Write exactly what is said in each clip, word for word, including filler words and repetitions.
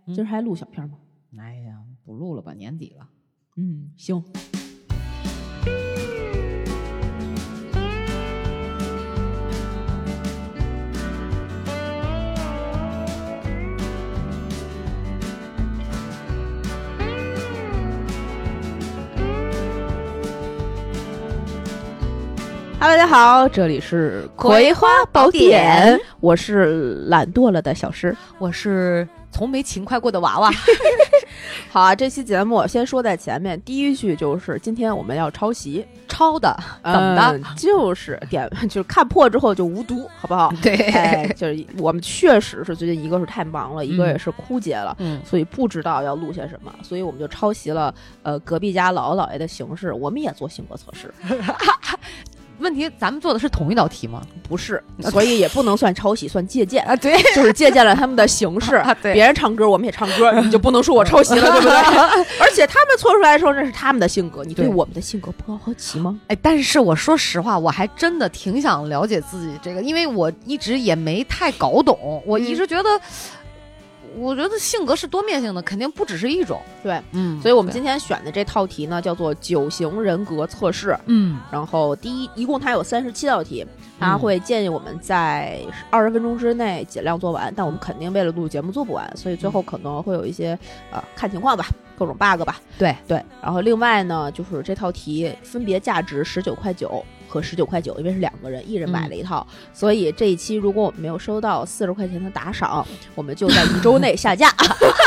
今儿还录小片吗？ 哎呀，不录了吧，年底了。 嗯，行。Hello， 大家好，这里是葵花宝典，我是懒惰了的小诗， 我是从没勤快过的娃娃。 好啊，这期节目先说在前面，第一句就是今天我们要抄袭， 抄的怎么的、 嗯？就是点，就是看破之后就无毒，好不好？ 对， 哎，就是我们确实是最近一个是太忙了， 嗯、 一个也是枯竭了， 嗯， 所以不知道要录些什么，所以我们就抄袭了呃隔壁家姥姥姥爷的形式，我们也做性格测试。 问题咱们做的是同一道题吗？ 不是，所以也不能算抄袭，算借鉴啊。对， 就是借鉴了他们的形式。 啊、对， 别人唱歌我们也唱歌，你就不能说我抄袭了，对不对？而且他们做出来的时候，那是他们的性格，你对我们的性格不好奇吗？ 哎，但是我说实话，我还真的挺想了解自己这个，因为我一直也没太搞懂，我一直觉得。嗯我觉得性格是多面性的，肯定不只是一种。 对， 嗯， 所以我们今天选的这套题呢，叫做九型人格测试。 嗯， 然后第一，一共它有三十七道题，它会建议我们在二十分钟之内尽量做完，但我们肯定为了录节目做不完，所以最后可能会有一些呃看情况吧，各种 bug 吧。 对对，然后另外呢，就是这套题分别价值十九块九。和十九块九，因为是两个人，一人买了一套、嗯，所以这一期如果我们没有收到四十块钱的打赏，我们就在一周内下架。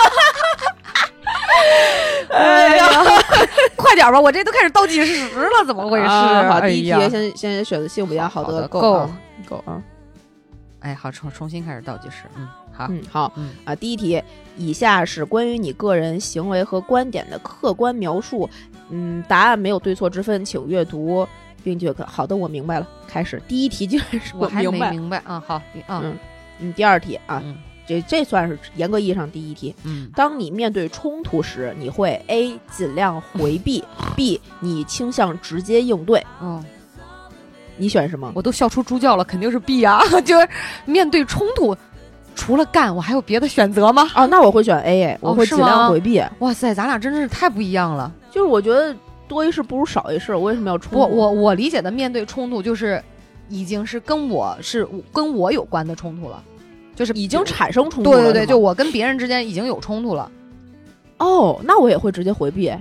哎呀，快点吧，我这都开始倒计时了，怎么回事？ 啊、好， 哎、 第一题先先选择性比较好的， 够够够啊！ 哎，好，重重新开始倒计时。嗯，好， 嗯，好， 嗯啊，第一题，以下是关于你个人行为和观点的客观描述，嗯，答案没有对错之分，请阅读。并且好的，我明白了。开始第一题竟然是我还明白， 没明白啊。好，啊、 嗯嗯，第二题啊， 嗯、 这这算是严格意义上第一题。 嗯， 当你面对冲突时，你会 A 尽量回避，B 你倾向直接应对。 嗯， 你选什么？ 我都笑出猪叫了，肯定是 B 啊！就是面对冲突，除了干，我还有别的选择吗？ 哦，那我会选 A， 我会尽量回避。 哦、哇塞，咱俩真是太不一样了。 就是我觉得。多一事不如少一事，我为什么要冲突？ 我我我理解的面对冲突就是已经是跟我是跟我有关的冲突了，就是已经产生冲突了。 对对对，就我跟别人之间已经有冲突了。 哦，那我也会直接回避。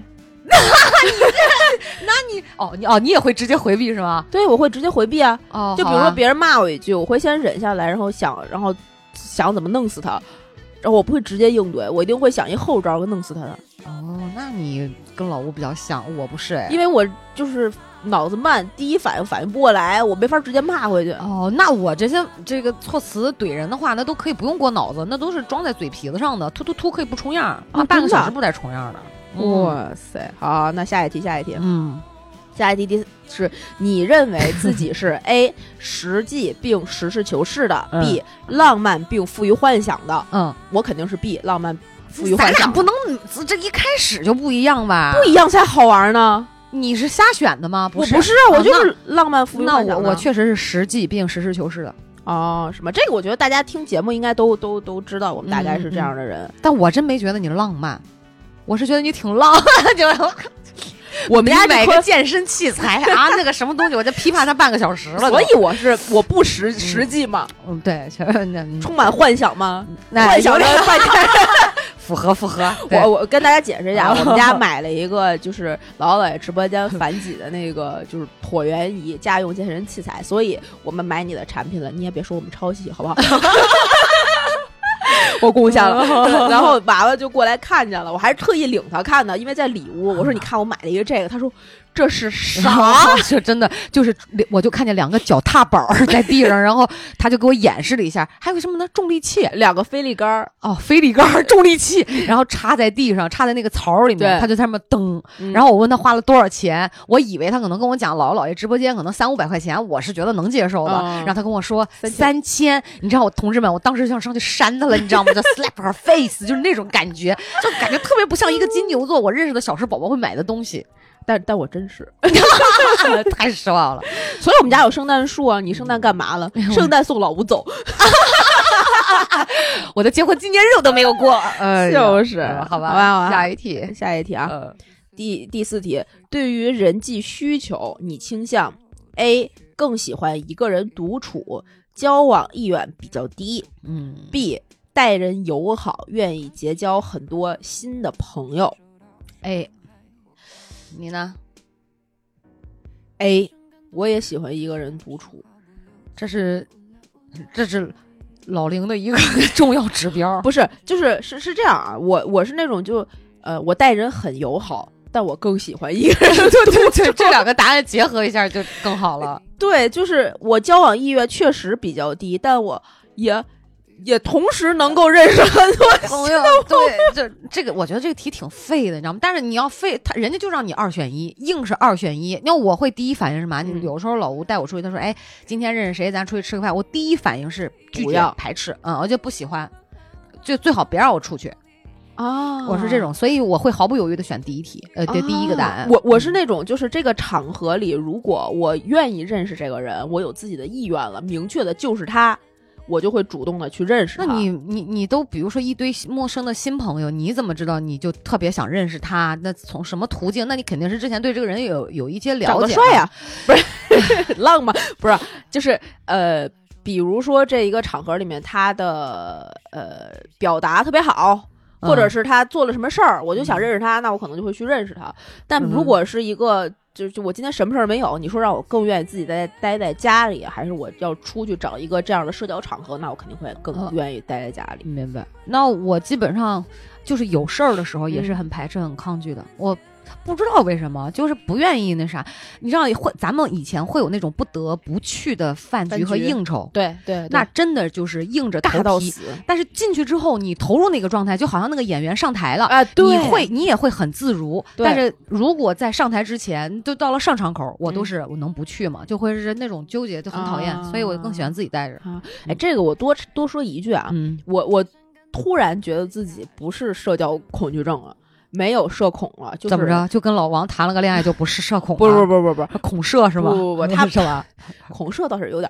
那你哦你哦你也会直接回避是吗？ 对，我会直接回避啊。 哦， 就比如说别人骂我一句，我会先忍下来，然后想，然后想怎么弄死他，然后我不会直接应对，我一定会想一后招弄死他的。 哦，那你跟老吴比较像，我不是哎， 因为我就是脑子慢，第一反应反应不过来，我没法直接骂回去。 哦，那我这些这个措辞怼人的话，那都可以不用过脑子，那都是装在嘴皮子上的，突突突可以不重样啊，半个小时不带重样的。 嗯、哇塞，好，那下一题，下一题， 嗯， 下一题第是你认为自己是 A 实际并实事求是的、嗯、，B 浪漫并富于幻想的。 嗯， 我肯定是 B 浪漫。咱俩不能这一开始就不一样吧？ 不一样才好玩呢。 你是瞎选的吗？不是， 我不是啊，我就是浪漫富于幻想的。 那我我确实是实际并实事求是的。 哦，什么？这个我觉得大家听节目应该都都都知道，我们大概是这样的人。 嗯嗯、但我真没觉得你浪漫，我是觉得你挺浪漫。就我们家买个健身器材啊，那个什么东西，我就批判他半个小时了。 所以我是我不实实际嘛， 嗯，对， 充满幻想吗？ 那幻想的幻想。 符合符合， 我我跟大家解释一下，我们家买了一个就是姥姥姥爷直播间反挤的那个就是椭圆仪家用健身器材，所以我们买你的产品了，你也别说我们抄袭，好不好？我贡献了，然后娃娃就过来看见了，我还是特意领他看的，因为在里屋，我说你看我买了一个这个，他说这是啥？ 这真的就是，我就看见两个脚踏板在地上，然后他就给我演示了一下，还有什么呢？重力器， 两个飞力杆哦，飞力杆重力器，然后插在地上，插在那个槽里面，他就在那么蹬、嗯。然后我问他花了多少钱，我以为他可能跟我讲姥姥姥爷直播间可能三五百块钱，我是觉得能接受的。嗯、然后他跟我说三千，你知道我同志们，我当时想上去扇他了，你知道吗？就 slap her face， 就是那种感觉，就感觉特别不像一个金牛座我认识的小时宝宝会买的东西。 但但我真是太失望了， 所以我们家有圣诞树啊！你圣诞干嘛了？圣诞送老吴走。 我的结婚纪念日都没有过，呃、 就是、 嗯、好吧， 好吧， 下一题， 下一题啊， 呃、 第第四题，对于人际需求，你倾向 A 更喜欢一个人独处，交往意愿比较低， 嗯 ，B 待人友好，愿意结交很多新的朋友。 A， 你呢 ？A， 我也喜欢一个人独处， 这是这是老龄的一个重要指标。 不是，就是是是这样啊，我我是那种就呃，我待人很友好，但我更喜欢一个人独处。 对对对，这两个答案结合一下就更好了。 对，就是我交往意愿确实比较低，但我也。也同时能够认识很多朋友，对，这这个我觉得这个题挺废的，你知道吗？但是你要废，他人家就让你二选一，硬是二选一。那我会第一反应是什么？嗯、有时候老吴带我出去，他说：“哎，今天认识谁，咱出去吃个饭。”我第一反应是拒绝、排斥，嗯，我就不喜欢，就最好别让我出去啊。 我是这种，所以我会毫不犹豫的选第一题，呃，对、啊，第一个答案。 我我是那种，就是这个场合里，如果我愿意认识这个人，我有自己的意愿了，明确的就是他。我就会主动的去认识他。 那你你你都比如说一堆陌生的新朋友，你怎么知道你就特别想认识他？那从什么途径？那你肯定是之前对这个人有有一些了解。 长得帅呀、啊，不是浪吗？不是，就是呃，比如说这一个场合里面，他的呃表达特别好。或者是他做了什么事儿、嗯，我就想认识他，那我可能就会去认识他。但如果是一个，嗯、就就我今天什么事儿没有，你说让我更愿意自己待待在家里，还是我要出去找一个这样的社交场合，那我肯定会更愿意待在家里。 嗯、明白？那我基本上就是有事儿的时候也是很排斥、嗯、很抗拒的。我。不知道为什么，就是不愿意那啥。你知道，会咱们以前会有那种不得不去的饭局和应酬， 对 对, 对， 那真的就是硬着头皮。但是进去之后，你投入那个状态，就好像那个演员上台了啊，对， 你会你也会很自如。但是如果在上台之前，就到了上场口，我都是、嗯、我能不去吗？就会是那种纠结，就很讨厌、啊，所以我更喜欢自己待着。 啊、哎，这个我多多说一句啊，嗯，我我突然觉得自己不是社交恐惧症了。没有社恐了，就是怎么着？就跟老王谈了个恋爱就不是社恐了？ 不不不不不不， 恐社是吗？ 不不不，他是吧？ 恐社倒是有点，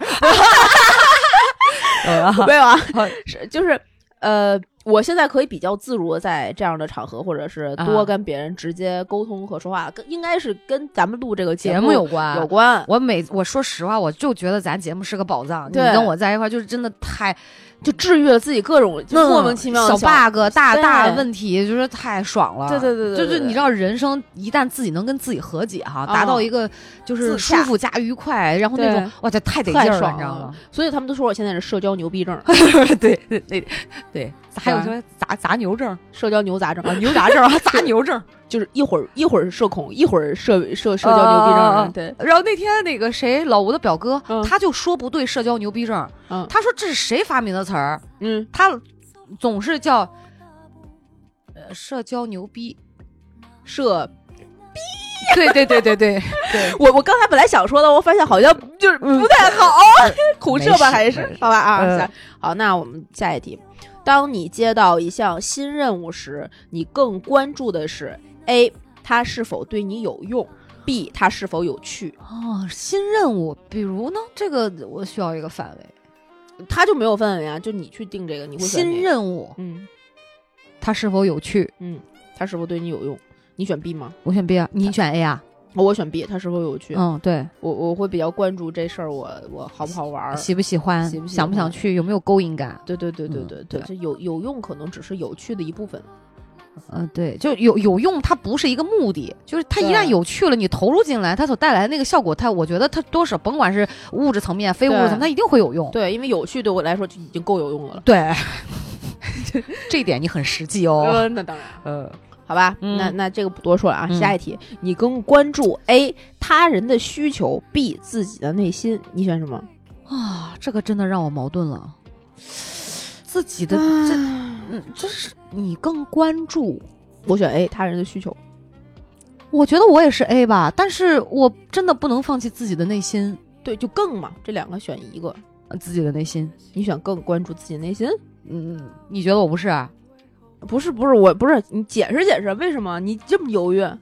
没有啊，是就是呃，我现在可以比较自如的在这样的场合，或者是多跟别人直接沟通和说话，跟、啊、应该是跟咱们录这个节目有关有关。 我每我说实话，我就觉得咱节目是个宝藏，你跟我在一块就是真的太。 就治愈了自己各种莫名其妙的小 bug 大大问题，就是太爽了。 对对对 对, 对， 就是你知道，人生一旦自己能跟自己和解哈，达、哦、到一个就是舒服加愉快，然后那种哇，这太得劲儿了，你知道吗？ 所以他们都说我现在是社交牛逼症。 对对对对，还有什么杂杂牛症、 社交牛杂症啊，牛杂症、杂牛症。 就是一会儿一会儿社恐，一会儿社社社交牛逼症、呃。对， 然后那天那个谁老吴的表哥、嗯，他就说不对社交牛逼症。嗯，他说这是谁发明的词儿？ 嗯， 他总是叫呃社交牛逼， 社逼。 对对对对对对， 我我刚才本来想说的，我发现好像就是不太好，嗯、恐社吧还是好吧啊、嗯？好，那我们下一题。当你接到一项新任务时，你更关注的是 A 它是否对你有用 ，B 它是否有趣。 哦，新任务，比如呢？这个我需要一个范围， 它就没有范围啊，就你去定这个，你会选新任务， 嗯， 它是否有趣？ 嗯，它是否对你有用？你选 B 吗？ 我选 B 啊，你选 A 啊？ 我选 B， 它是否有趣？ 嗯，对我我会比较关注这事儿，我我好不好玩， 喜不喜欢， 喜不喜欢想不想去，有没有勾引感？ 对对对对对、 嗯、 对，这有有用可能只是有趣的一部分。 嗯、呃，对，就有有用，它不是一个目的，就是它一旦有趣了，你投入进来，它所带来的那个效果，它我觉得它多少，甭管是物质层面、非物质层面，它一定会有用。 对，因为有趣对我来说就已经够有用了。 对，这一点你很实际哦。 呃、那当然， 呃。 好吧，嗯、那那这个不多说了啊、嗯。下一题，你更关注 A 他人的需求 ，B 自己的内心，你选什么？ 啊，这个真的让我矛盾了。自己的、啊、这，嗯，这是你更关注， 我选 A 他人的需求。 我觉得我也是 A 吧，但是我真的不能放弃自己的内心。 对，就更嘛，这两个选一个， 自己的内心， 你选更关注自己的内心？ 嗯，你觉得我不是啊？ 不是不是，我不是你解释解释为什么你这么犹豫？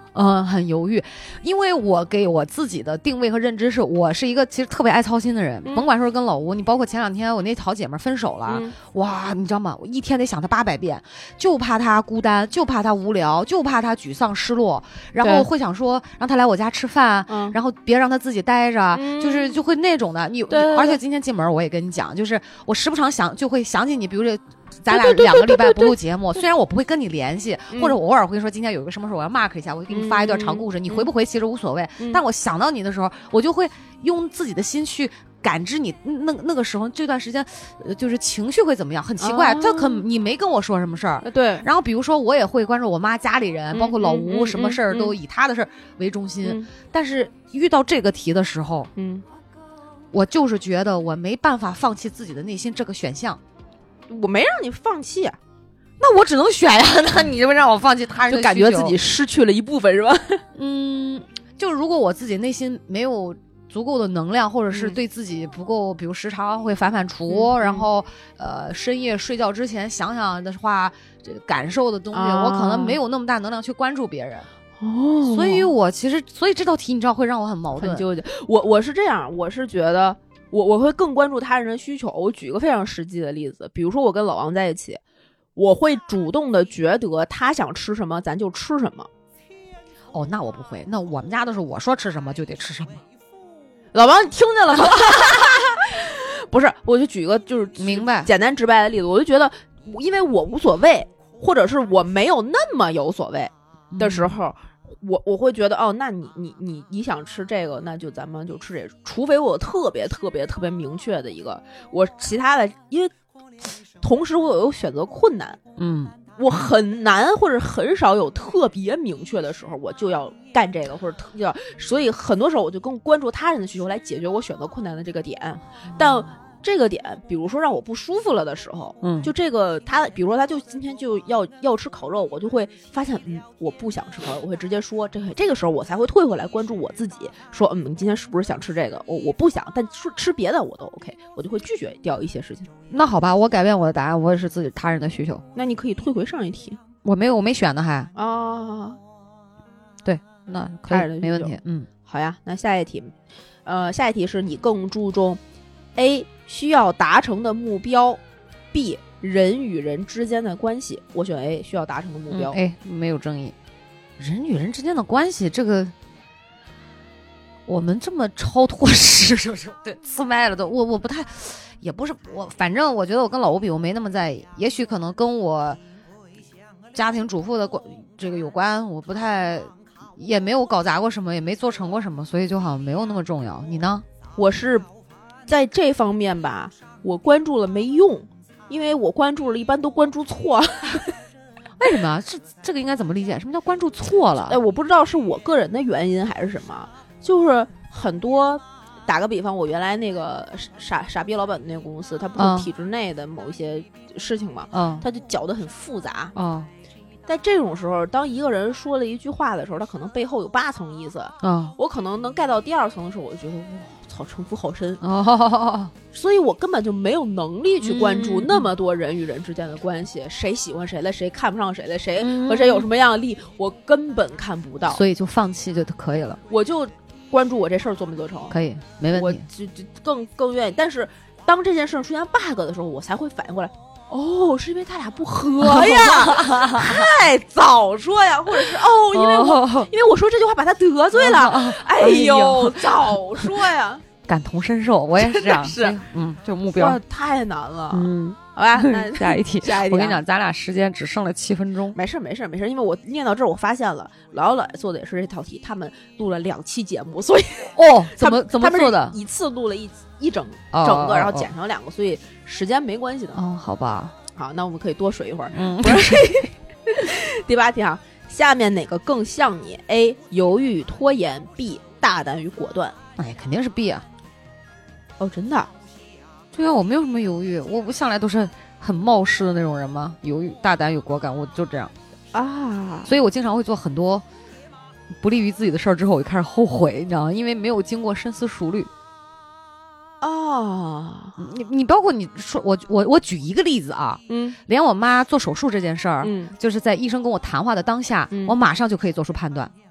嗯，很犹豫，因为我给我自己的定位和认知是我是一个其实特别爱操心的人，嗯、甭管说跟老吴，你包括前两天我那好姐妹分手了，嗯、哇，你知道吗？我一天得想她八百遍，就怕她孤单，就怕她无聊，就怕她沮丧失落，然后会想说让她来我家吃饭，然后别让她自己待着，嗯、就是就会那种的。你而且今天进门我也跟你讲，就是我时不常想就会想起你，比如说。咱俩两个礼拜不录节目，虽然我不会跟你联系，嗯、或者我偶尔会说今天有一个什么事我要 mark 一下，我会给你发一段长故事，嗯、你回不回其实无所谓。嗯、但我想到你的时候，我就会用自己的心去感知你那那个时候这段时间，呃，就是情绪会怎么样，很奇怪。他、啊、可你没跟我说什么事儿， 对。 然后比如说我也会关注我妈家里人，嗯、包括老吴，什么事儿都以他的事儿为中心。嗯、但是遇到这个题的时候，嗯，我就是觉得我没办法放弃自己的内心这个选项。 我没让你放弃啊， 那我只能选呀。那你就让我放弃他人的需求， 就感觉自己失去了一部分是吧？ 嗯，就如果我自己内心没有足够的能量，或者是对自己不够，嗯、比如时常会反反刍，嗯、然后呃深夜睡觉之前想想的话，这感受的东西，啊、我可能没有那么大能量去关注别人。哦，所以我其实，所以这道题你知道会让我很矛盾， 很纠结。我我是这样，我是觉得。我我会更关注他人的需求。我举一个非常实际的例子，比如说我跟老王在一起，我会主动的觉得他想吃什么咱就吃什么。 哦，那我不会，那我们家都是我说吃什么就得吃什么。 老王你听见了吗？不是，我就举一个就是明白简单直白的例子，我就觉得因为我无所谓，或者是我没有那么有所谓的时候，嗯、我我会觉得哦，那你你你你想吃这个，那就咱们就吃这个，除非我特别特别特别明确的一个，我其他的，因为同时我有选择困难， 嗯， 我很难或者很少有特别明确的时候，我就要干这个或者特要，所以很多时候我就更关注他人的需求来解决我选择困难的这个点，但。这个点，比如说让我不舒服了的时候，嗯，就这个他，比如说他就今天就要要吃烤肉，我就会发现，嗯，我不想吃烤肉，我会直接说，这个这个时候我才会退回来关注我自己，说，嗯，你今天是不是想吃这个？我我不想，但吃吃别的我都 OK， 我就会拒绝掉一些事情。 那好吧，我改变我的答案，我也是自己他人的需求。 那你可以退回上一题， 我没有，我没选呢还啊， 对，那可以，没问题，嗯， 好呀，那下一题，呃，下一题是你更注重 A。需要达成的目标 B 人与人之间的关系，我选 A 需要达成的目标。 嗯、A 没有争议。人与人之间的关系，这个我们这么超脱时，是不是？对，呲麦了都。我我不太，也不是我，反正我觉得我跟老吴比，我没那么在意。也许可能跟我家庭主妇的关这个有关，我不太，也没有搞砸过什么，也没做成过什么，所以就好像没有那么重要。你呢？ 我是。在这方面吧，我关注了没用，因为我关注了一般都关注错了。 为什么？这这个应该怎么理解？什么叫关注错了？ 哎，我不知道是我个人的原因还是什么，就是很多，打个比方，我原来那个傻傻逼老板那个公司，它不是体制内的某一些事情嘛，嗯，它就搅得很复杂，嗯。在这种时候，当一个人说了一句话的时候，他可能背后有八层意思。嗯，我可能能盖到第二层的时候，我就觉得哇，操，城府好深。哦，所以我根本就没有能力去关注那么多人与人之间的关系，嗯、谁喜欢谁了，谁看不上谁了，谁和谁有什么样的利益，我根本看不到。 所以就放弃就可以了。 我就关注我这事儿做没做成， 可以，没问题。 我就就更更愿意，但是当这件事出现 bug 的时候，我才会反应过来。哦，是因为他俩不合呀！太早说呀，或者是哦，因为我、哦、因为我说这句话把他得罪了。哦、哎呦，早说呀！ 感同身受，我也是这样。 是， 嗯，就目标太难了。 嗯， 好吧，那下一题， 下一题、啊。 我跟你讲，咱俩时间只剩了七分钟。 没事，没事，没事，因为我念到这儿，我发现了老老做的也是这套题，他们录了两期节目，所以哦，怎么怎么做的？ 一次录了一一整整个，哦、然后剪成两个，所以时间没关系的。 哦，好吧。 好，那我们可以多水一会儿。嗯，第八题啊，下面哪个更像你 ？A. 犹豫拖延 ，B. 大胆与果断。 哎，肯定是 B 啊。 哦，真的？ 对啊，我没有什么犹豫，我不向来都是很冒失的那种人吗？犹豫、大胆与果敢，我就这样啊。 所以我经常会做很多不利于自己的事儿，之后我就开始后悔，你知道吗？因为没有经过深思熟虑。 哦， 你你包括你说我我我举一个例子啊，嗯，连我妈做手术这件事儿，嗯，就是在医生跟我谈话的当下，嗯、我马上就可以做出判断。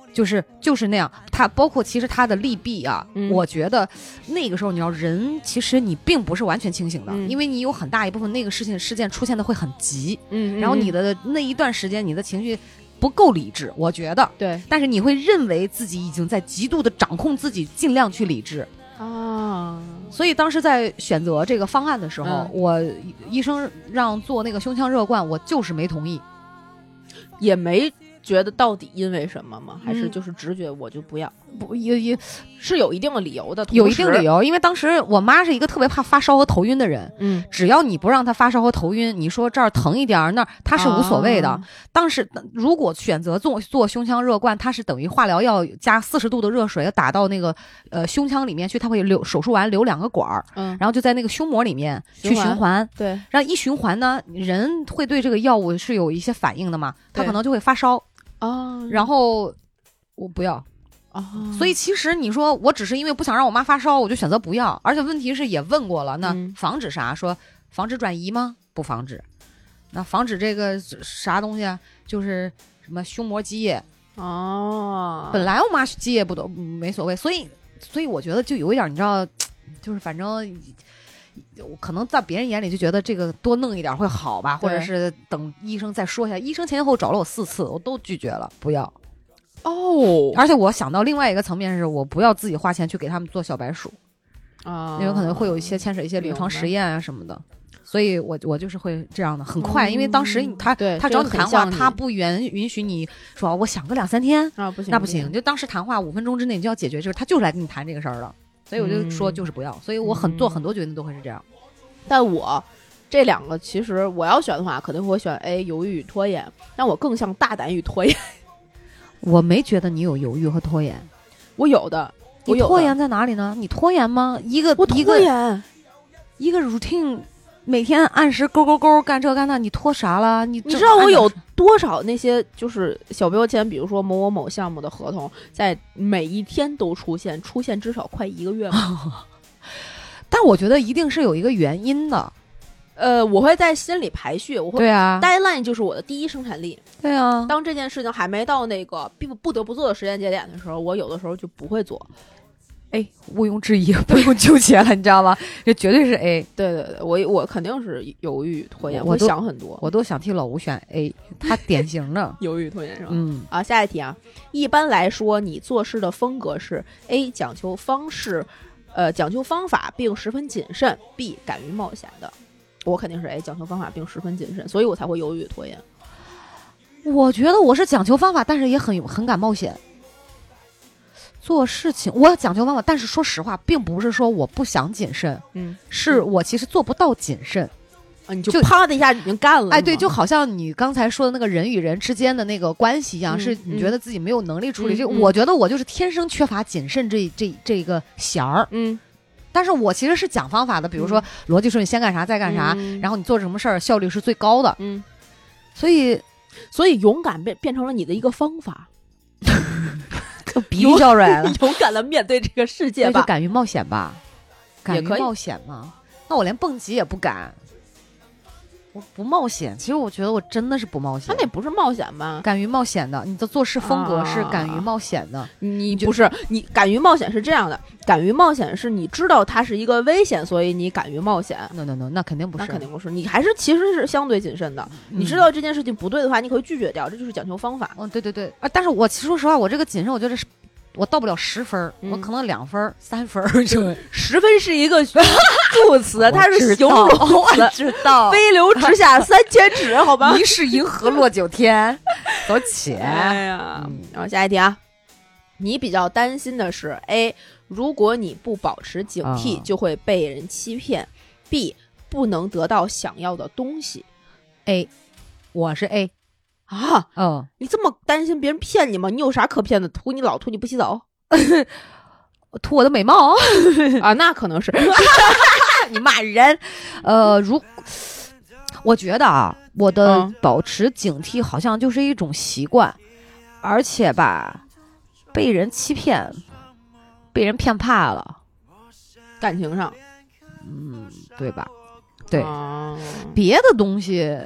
就是就是那样，它包括其实它的利弊啊、嗯，我觉得那个时候你要人，其实你并不是完全清醒的，嗯、因为你有很大一部分那个事情事件出现的会很急，嗯，然后你的那一段时间你的情绪不够理智，我觉得对， 但是你会认为自己已经在极度的掌控自己，尽量去理智啊。 所以当时在选择这个方案的时候， 嗯、 我医生让做那个胸腔热灌，我就是没同意， 也没。觉得到底因为什么吗？还是就是直觉我就不要？ 嗯、不也也是有一定的理由的， 有一定理由。因为当时我妈是一个特别怕发烧和头晕的人， 嗯， 只要你不让她发烧和头晕，你说这儿疼一点那儿她是无所谓的。啊、当时如果选择做做胸腔热灌，它是等于化疗药加四十度的热水打到那个呃胸腔里面去，它会留手术完留两个管儿，嗯，然后就在那个胸膜里面去循环， 对， 然后一循环呢，人会对这个药物是有一些反应的嘛，他可能就会发烧。 哦， 然后我不要， 哦， 所以其实你说我只是因为不想让我妈发烧，我就选择不要。而且问题是也问过了，那防止啥？说防止转移吗？不防止。那防止这个啥东西啊？就是什么胸膜积液哦。 本来我妈积液不都没所谓，所以所以我觉得就有一点，你知道，就是反正。可能在别人眼里就觉得这个多弄一点会好吧，或者是等医生再说一下。医生前后找了我四次，我都拒绝了，不要。 哦， 而且我想到另外一个层面是，我不要自己花钱去给他们做小白鼠啊， 因为可能会有一些牵扯一些临床实验啊什么的。所以我我就是会这样的，很快，嗯、因为当时他他找你谈话，他不允允许你说我想个两三天啊，不行， 那不行，就当时谈话五分钟之内你就要解决这个，他就是来跟你谈这个事儿的。所以我就说就是不要，嗯、所以我很做很多决定都会是这样。 但我这两个其实我要选的话，肯定会选 A 犹豫与拖延，但我更像大胆与拖延。 我没觉得你有犹豫和拖延， 我有的。 你拖延在哪里呢？你拖延吗？一个我拖延一个 routine， 每天按时勾勾勾干这干那，你拖啥了？你你知道我有多少那些就是小标签，比如说某某某项目的合同，在每一天都出现，出现至少快一个月吗？ 但我觉得一定是有一个原因的， 呃，我会在心里排序，我会对啊 ，deadline 就是我的第一生产力， 对啊。 当这件事情还没到那个不不得不做的时间节点的时候，我有的时候就不会做。 哎，毋庸置疑，不用纠结了，你知道吗？这绝对是 A。 对对对，我我肯定是犹豫拖延，我会想很多， 我都想替老吴选 A， 他典型的犹豫拖延是吧？ 嗯啊，下一题啊，一般来说，你做事的风格是 A 讲求方式，呃，讲究方法并十分谨慎 ；B 敢于冒险的。我肯定是 A 讲究方法并十分谨慎，所以我才会犹豫拖延。 我觉得我是讲究方法，但是也很很敢冒险。做事情我讲究方法，但是说实话，并不是说我不想谨慎， 嗯， 是我其实做不到谨慎啊，你就啪的一下已经干了。 哎，对，就好像你刚才说的那个人与人之间的那个关系一样，嗯、是你觉得自己没有能力处理。这、嗯、我觉得我就是天生缺乏谨慎这这这个弦儿， 嗯。 但是我其实是讲方法的，比如说逻辑说你先干啥再干啥， 嗯、 然后你做什么事儿效率是最高的， 嗯。 所以， 所以勇敢变变成了你的一个方法。 鼻涕笑出来了， 勇敢的面对这个世界吧， 就敢于冒险吧，敢于冒险吗？那我连蹦极也不敢，我不冒险。其实我觉得我真的是不冒险。 他那不是冒险吧？ 敢于冒险的，你的做事风格是敢于冒险的。啊、 你不是你敢于冒险是这样的，敢于冒险是你知道它是一个危险，所以你敢于冒险。 No no no， 那肯定不是， 那肯定不是。你还是其实是相对谨慎的。嗯、你知道这件事情不对的话，你可以拒绝掉，这就是讲求方法。 嗯，对对对啊！但是我说实话，我这个谨慎，我觉得是。我到不了十分、嗯，我可能两分、三分。就十分是一个助词，它是形容词。 我知道， 飞流直下三千尺，好吧？ 疑是银河落九天，走起。 哎呀，嗯、然后下一题啊，你比较担心的是 A， 如果你不保持警惕，啊、就会被人欺骗 ；B， 不能得到想要的东西。 A， 我是 A。 啊， 嗯， 你这么担心别人骗你吗？你有啥可骗的？图你老，图你不洗澡， 图我的美貌啊，那可能是你骂人。呃，如我觉得啊，我的保持警惕好像就是一种习惯，嗯、而且吧，被人欺骗，被人骗怕了， 感情上， 嗯，对吧？对， 啊、 别的东西。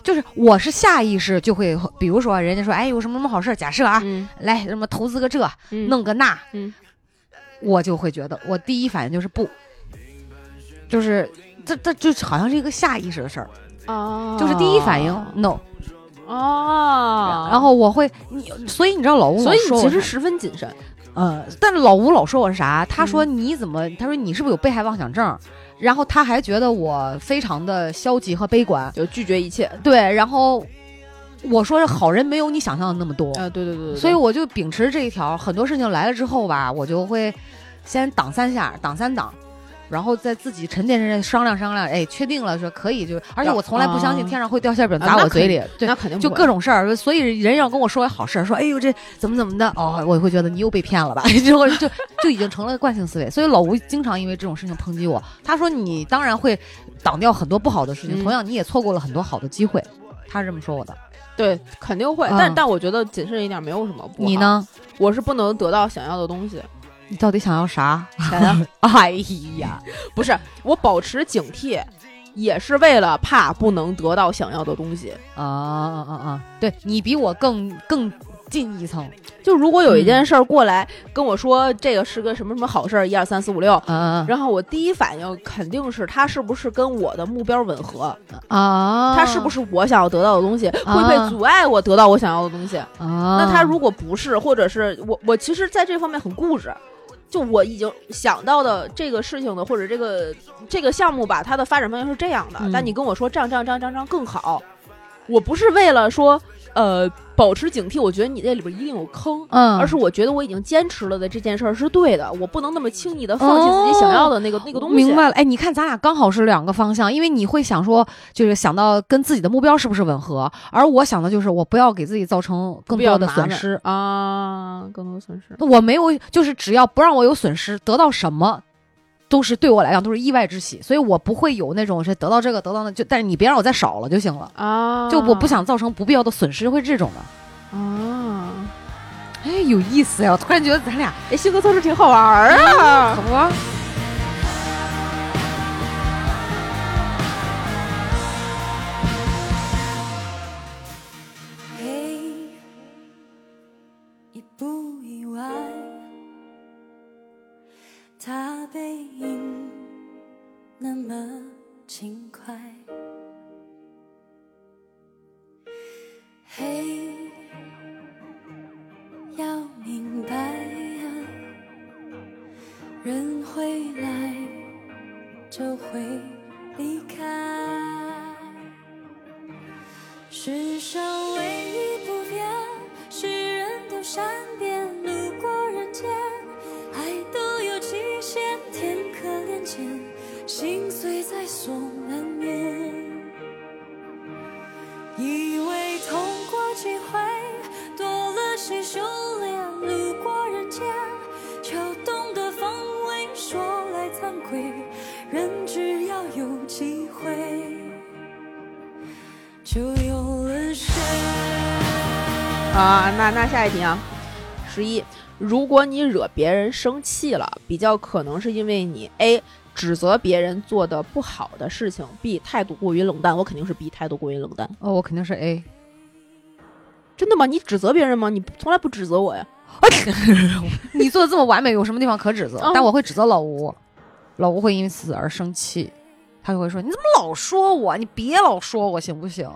就是我是下意识就会，比如说人家说哎有什么什么好事，假设啊、 嗯、 来什么投资个这、嗯、弄个那、嗯、我就会觉得我第一反应就是不，就是这这就好像是一个下意识的事儿啊，就是第一反应 no 啊， 然后我会你，所以你知道老吴， 所以你其实十分谨慎。 呃，但是老吴老说我是啥？他说你怎么？嗯、他说你是不是有被害妄想症？然后他还觉得我非常的消极和悲观， 就拒绝一切。 对，然后我说好人没有你想象的那么多啊，对对 对, 对, 对。 所以我就秉持这一条，很多事情来了之后吧，我就会先挡三下，挡三挡。然后再自己沉淀沉淀商量商量，哎，确定了说可以就，而且我从来不相信天上会掉馅饼砸我嘴里， 啊、 对， 那肯定就各种事儿，所以人要跟我说好事，说哎呦这怎么怎么的，哦，我会觉得你又被骗了吧，就就就已经成了惯性思维。所以老吴经常因为这种事情抨击我，他说你当然会挡掉很多不好的事情，嗯、同样你也错过了很多好的机会，他是这么说我的。 对，肯定会，嗯、但但我觉得谨慎一点没有什么不好。 你呢？ 我是不能得到想要的东西。 你到底想要啥？ 钱啊！ 哎呀， 不是，我保持警惕，也是为了怕不能得到想要的东西啊啊啊啊！对你比我更更进一层。 就如果有一件事儿过来、嗯、跟我说这个是个什么什么好事儿，一二三四五六， 嗯， 然后我第一反应肯定是它是不是跟我的目标吻合啊？ 它是不是我想要得到的东西，啊、会不会阻碍我得到我想要的东西？ 啊， 那它如果不是，或者是我我其实在这方面很固执。就我已经想到的这个事情的或者这个这个项目吧，它的发展方向是这样的，嗯、但你跟我说这样这样这样这样这样更好，我不是为了说呃保持警惕，我觉得你这里边一定有坑， 嗯， 而是我觉得我已经坚持了的这件事儿是对的，我不能那么轻易的放弃自己想要的那个、哦、那个东西。 明白了，哎，你看咱俩刚好是两个方向，因为你会想说就是想到跟自己的目标是不是吻合，而我想的就是我不要给自己造成更多的损失啊，更多的损失。 我没有，就是只要不让我有损失，得到什么都是对我来讲都是意外之喜，所以我不会有那种是得到这个得到那就，但是你别让我再少了就行了啊！ 就我不想造成不必要的损失，会这种的啊。 哎，有意思呀！我突然觉得咱俩哎性格测试挺好玩啊， 可不、啊。 嘿，也不意外。他背影那么轻快，嘿，要明白啊，人会来就会离开，世上唯一不变是人都善变，路过人间爱都有期限，天可怜见，心碎在所难免，以为痛过几回多了些修炼，路过人间就懂得防卫，说来惭愧，人只要有机会就有了谁啊。那那下一题啊，十一，如果你惹别人生气了，比较可能是因为你 A 指责别人做的不好的事情， B 态度过于冷淡。我肯定是 B 态度过于冷淡。 哦，我肯定是 A。 真的吗？你指责别人吗？你从来不指责我呀。 你做的这么完美，有什么地方可指责？嗯、但我会指责老吴，老吴会因此而生气，他就会说你怎么老说我，你别老说我行不行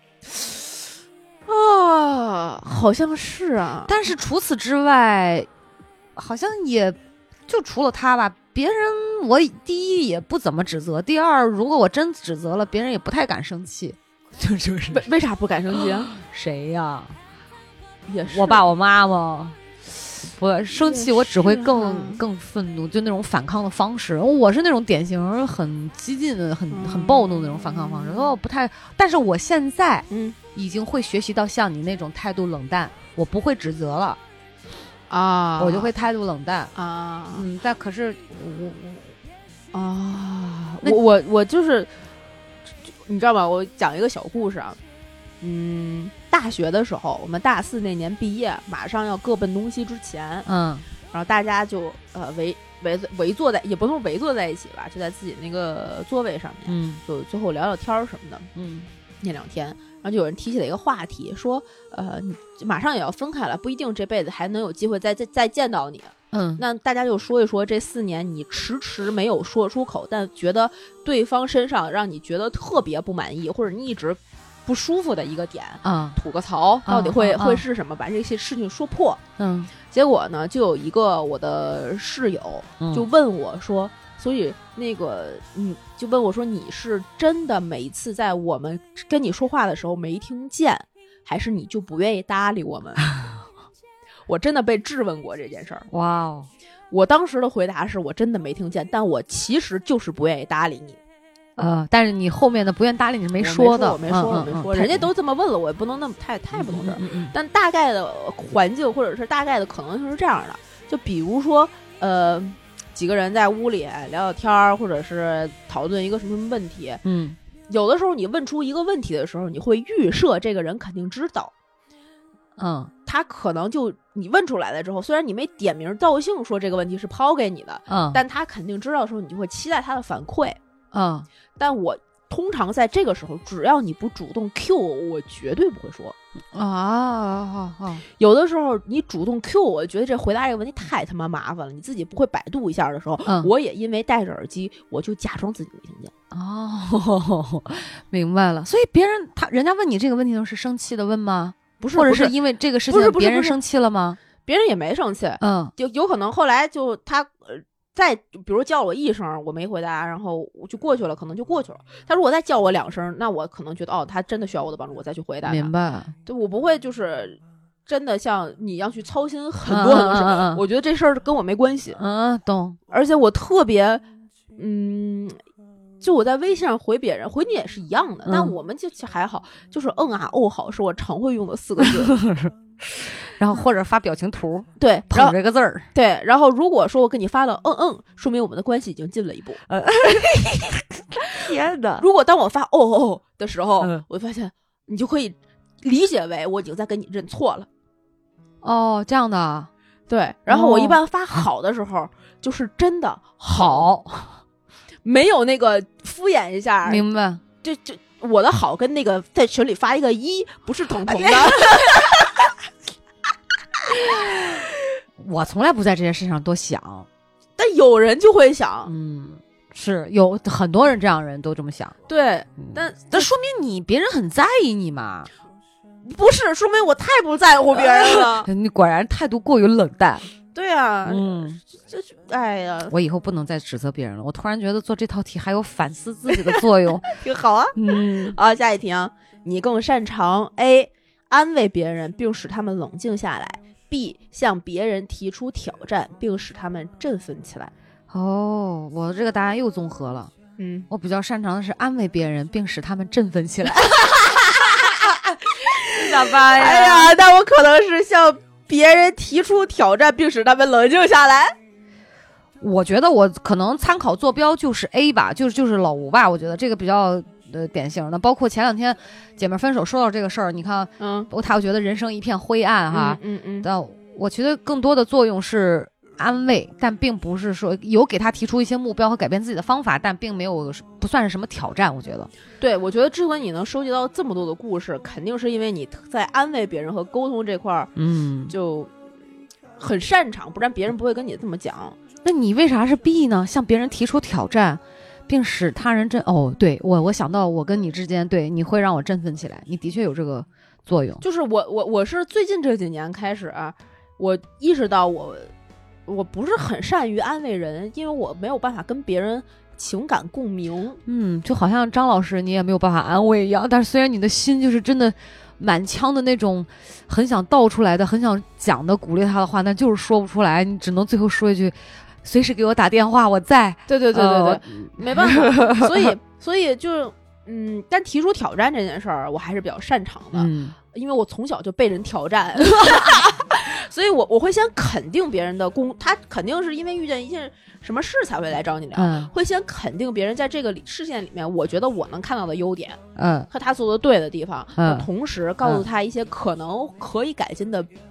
啊？好像是啊， 但是除此之外好像也就除了他吧，别人我第一也不怎么指责，第二如果我真指责了，别人也不太敢生气。 就就是为为啥不敢生气啊？ 谁呀？ 也是我爸我妈吗？我生气我只会更、啊、更愤怒，就那种反抗的方式。我是那种典型很激进的很很暴怒的那种反抗方式，所以我不太，但是我现在嗯已经会学习到像你那种态度冷淡，我不会指责了啊， 我就会态度冷淡啊。 嗯，但可是我我啊，我我我就是你知道吧，我讲一个小故事啊。嗯，大学的时候，我们大四那年毕业，马上要各奔东西之前， 嗯， 然后大家就呃围围围坐在，也不能围坐在一起吧，就在自己那个座位上面， 嗯， 就最后聊聊天什么的， 嗯， 那两天，然后就有人提起了一个话题，说呃你马上也要分开了，不一定这辈子还能有机会再再再见到你。 嗯， 那大家就说一说这四年你迟迟没有说出口，但觉得对方身上让你觉得特别不满意，或者你一直不舒服的一个点， 嗯， 吐个槽，到底会、 嗯、 会是什么？把这些事情说破。 嗯， 结果呢，就有一个我的室友就问我说，嗯、所以那个你就问我说，你是真的每一次在我们跟你说话的时候没听见，还是你就不愿意搭理我们？我真的被质问过这件事儿。 哇哦！ 我当时的回答是我真的没听见，但我其实就是不愿意搭理你。 呃，但是你后面的不愿搭理你是没说的， 我没说，我没说， 嗯、 我没说，人家都这么问了，我也不能那么太太不懂事儿。 嗯嗯嗯、 但大概的环境或者是大概的可能性是这样的，就比如说，呃，几个人在屋里聊聊天儿，或者是讨论一个什么问题， 嗯， 有的时候你问出一个问题的时候，你会预设这个人肯定知道。 嗯， 他可能就你问出来了之后，虽然你没点名道姓说这个问题是抛给你的， 嗯， 但他肯定知道的时候，你就会期待他的反馈， 嗯。 但我通常在这个时候，只要你不主动 Q 我，我绝对不会说啊啊啊！ 有的时候你主动 Q 我，觉得这回答这个问题太他妈麻烦了，你自己不会百度一下的时候， 嗯， 我也因为戴着耳机，我就假装自己没听见。 哦，明白了。所以别人他人家问你这个问题都是生气的问吗？ 不是， 或者是因为这个事情别人生气了吗？ 别人也没生气， 嗯， 就有可能后来就他呃再比如叫我一声我没回答，然后我就过去了，可能就过去了。他如果再叫我两声，那我可能觉得哦，他真的需要我的帮助，我再去回答他。 明白？ 对，我不会就是真的像你一样去操心很多很多事。 嗯嗯嗯、 我觉得这事儿跟我没关系。 嗯，懂。 而且我特别，嗯。就我在微信上回别人，回你也是一样的，嗯、但我们就还好，就是嗯啊哦好是我常会用的四个字， 然后或者发表情图， 对， 捧这个字儿， 对，然后如果说我给你发了嗯嗯，说明我们的关系已经进了一步。呃、 天哪！ 如果当我发哦哦的时候， 嗯、 我就发现你就可以理解为我已经在跟你认错了。 哦，这样的， 对。然后我一般发好的时候，哦、就是真的好。 没有那个敷衍一下， 明白？ 就就我的好跟那个在群里发一个一不是等同的。 我从来不在这件事上多想， 但有人就会想， 嗯，是有很多人这样人都这么想。 对， 嗯、 但但说明你别人很在意你嘛？ 不是，说明我太不在乎别人了。 你果然态度过于冷淡。 对啊， 嗯， 这哎呀， 我以后不能再指责别人了。我突然觉得做这套题还有反思自己的作用， 挺好啊。 嗯， 啊，下一题啊，你更擅长 A 安慰别人并使他们冷静下来 ，B 向别人提出挑战并使他们振奋起来。 哦，我这个答案又综合了。 嗯， 我比较擅长的是安慰别人并使他们振奋起来。 咋办呀？哎呀，那我可能是向别人提出挑战并使他们冷静下来。 我觉得我可能参考坐标就是 A 吧，就是就是老吴吧，我觉得这个比较呃典型的。包括前两天姐妹分手说到这个事儿，你看， 嗯， 他会觉得人生一片灰暗哈， 嗯嗯，嗯但我觉得更多的作用是安慰，但并不是说有给他提出一些目标和改变自己的方法，但并没有不算是什么挑战。我觉得， 对，我觉得之所以你能收集到这么多的故事，肯定是因为你在安慰别人和沟通这块儿， 嗯， 就很擅长，不然别人不会跟你这么讲。 那你为啥是 B 呢？向别人提出挑战，并使他人振哦，对我我想到我跟你之间，对你会让我振奋起来，你的确有这个作用。 就是我我我是最近这几年开始啊，我意识到我我不是很善于安慰人，因为我没有办法跟别人情感共鸣。 嗯，就好像张老师你也没有办法安慰一样，但是虽然你的心就是真的满腔的那种很想道出来的很想讲的鼓励他的话，但就是说不出来，你只能最后说一句随时给我打电话我在。 对对对对对、呃、没办法。所以所以就嗯，但提出挑战这件事儿我还是比较擅长的、 嗯、 因为我从小就被人挑战所以我我会先肯定别人的功，他肯定是因为遇见一件什么事才会来找你聊、 嗯、 会先肯定别人在这个视线里面我觉得我能看到的优点， 嗯， 和他做的对的地方， 嗯， 同时告诉他一些可能可以改进的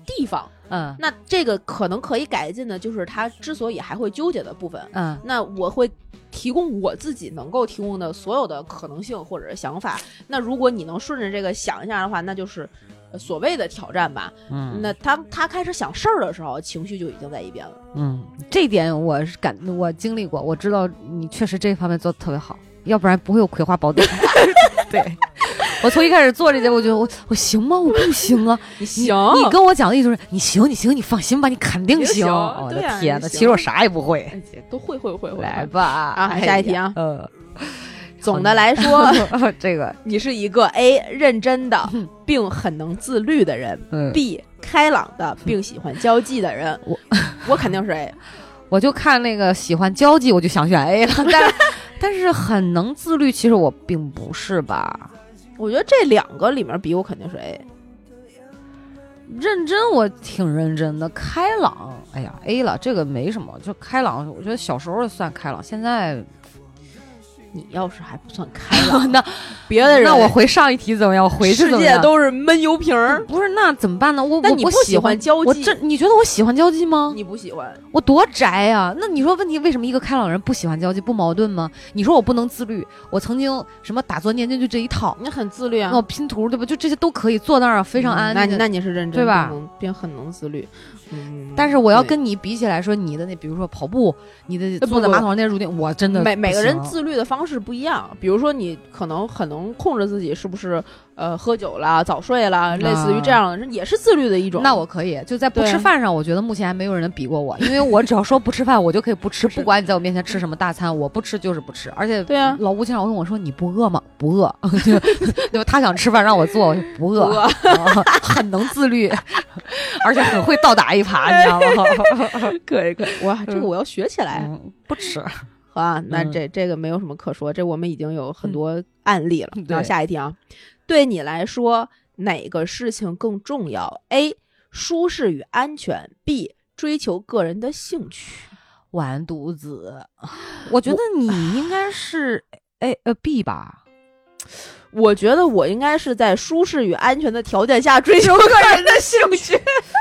地方。 嗯， 那这个可能可以改进的，就是他之所以还会纠结的部分。 嗯， 那我会提供我自己能够提供的所有的可能性或者是想法。那如果你能顺着这个想一下的话，那就是所谓的挑战吧。 嗯， 那他他开始想事儿的时候，情绪就已经在一边了。 嗯，这一点我是感我经历过，我知道你确实这方面做的特别好，要不然不会有葵花宝典。对。我从一开始做这些，我觉得我我行吗？我不行啊！ 你行， 你跟我讲的意思是你行，你行，你放心吧，你肯定行。我的天哪，其实我啥也不会， 都会会会会。 来吧， 啊，下一题啊。 呃， 总的来说， 这个你是一个 A 认真的并很能自律的人、 嗯、 ，B 开朗的并喜欢交际的人。 我我肯定是 A。 我就看那个喜欢交际，我就想选 A 了。但但是很能自律，其实我并不是吧。 我觉得这两个里面比我肯定是 A。 认真我挺认真的，开朗哎呀 A 了，这个没什么，就开朗我觉得小时候算开朗，现在你要是还不算开朗那别的人那我回上一题怎么样？我回去怎么样？ 世界都是闷油瓶儿。 不是那怎么办呢？我那你不喜欢交际？ 我这你觉得我喜欢交际吗？ 你不喜欢？ 我多宅啊！那你说问题为什么一个开朗人不喜欢交际，不矛盾吗？你说我不能自律，我曾经什么打坐念经就这一套， 你很自律啊。 那我拼图对吧？就这些都可以坐那儿非常安。 嗯、那你那你是认真对吧？ 并很能自律。嗯， 但是我要跟你比起来说，你的那比如说跑步，你的坐在马桶上那入定，我真的每每个人自律的方式不一样。比如说你可能很能控制自己是不是呃喝酒啦、早睡啦，啊、类似于这样的，也是自律的一种。 那我可以就在不吃饭上，我觉得目前还没有人能比过我，因为我只要说不吃饭，我就可以不吃，不管你在我面前吃什么大餐，我不吃就是不吃。而且对啊， 老吴经常跟我说你不饿吗？不饿，就对吧？他想吃饭让我做，我就不饿，不饿很能自律，而且很会倒打一耙，你知道吗？ 可以可以，哇，这个我要学起来。 嗯、不吃， 好啊，那这、嗯、这个没有什么可说，这我们已经有很多案例了。 嗯、 然后下一题啊，对你来说哪个事情更重要 ？A. 舒适与安全 ，B. 追求个人的兴趣。 完犊子，我觉得你应该是 A 呃 B 吧。 我觉得我应该是在舒适与安全的条件下追求个人的兴趣。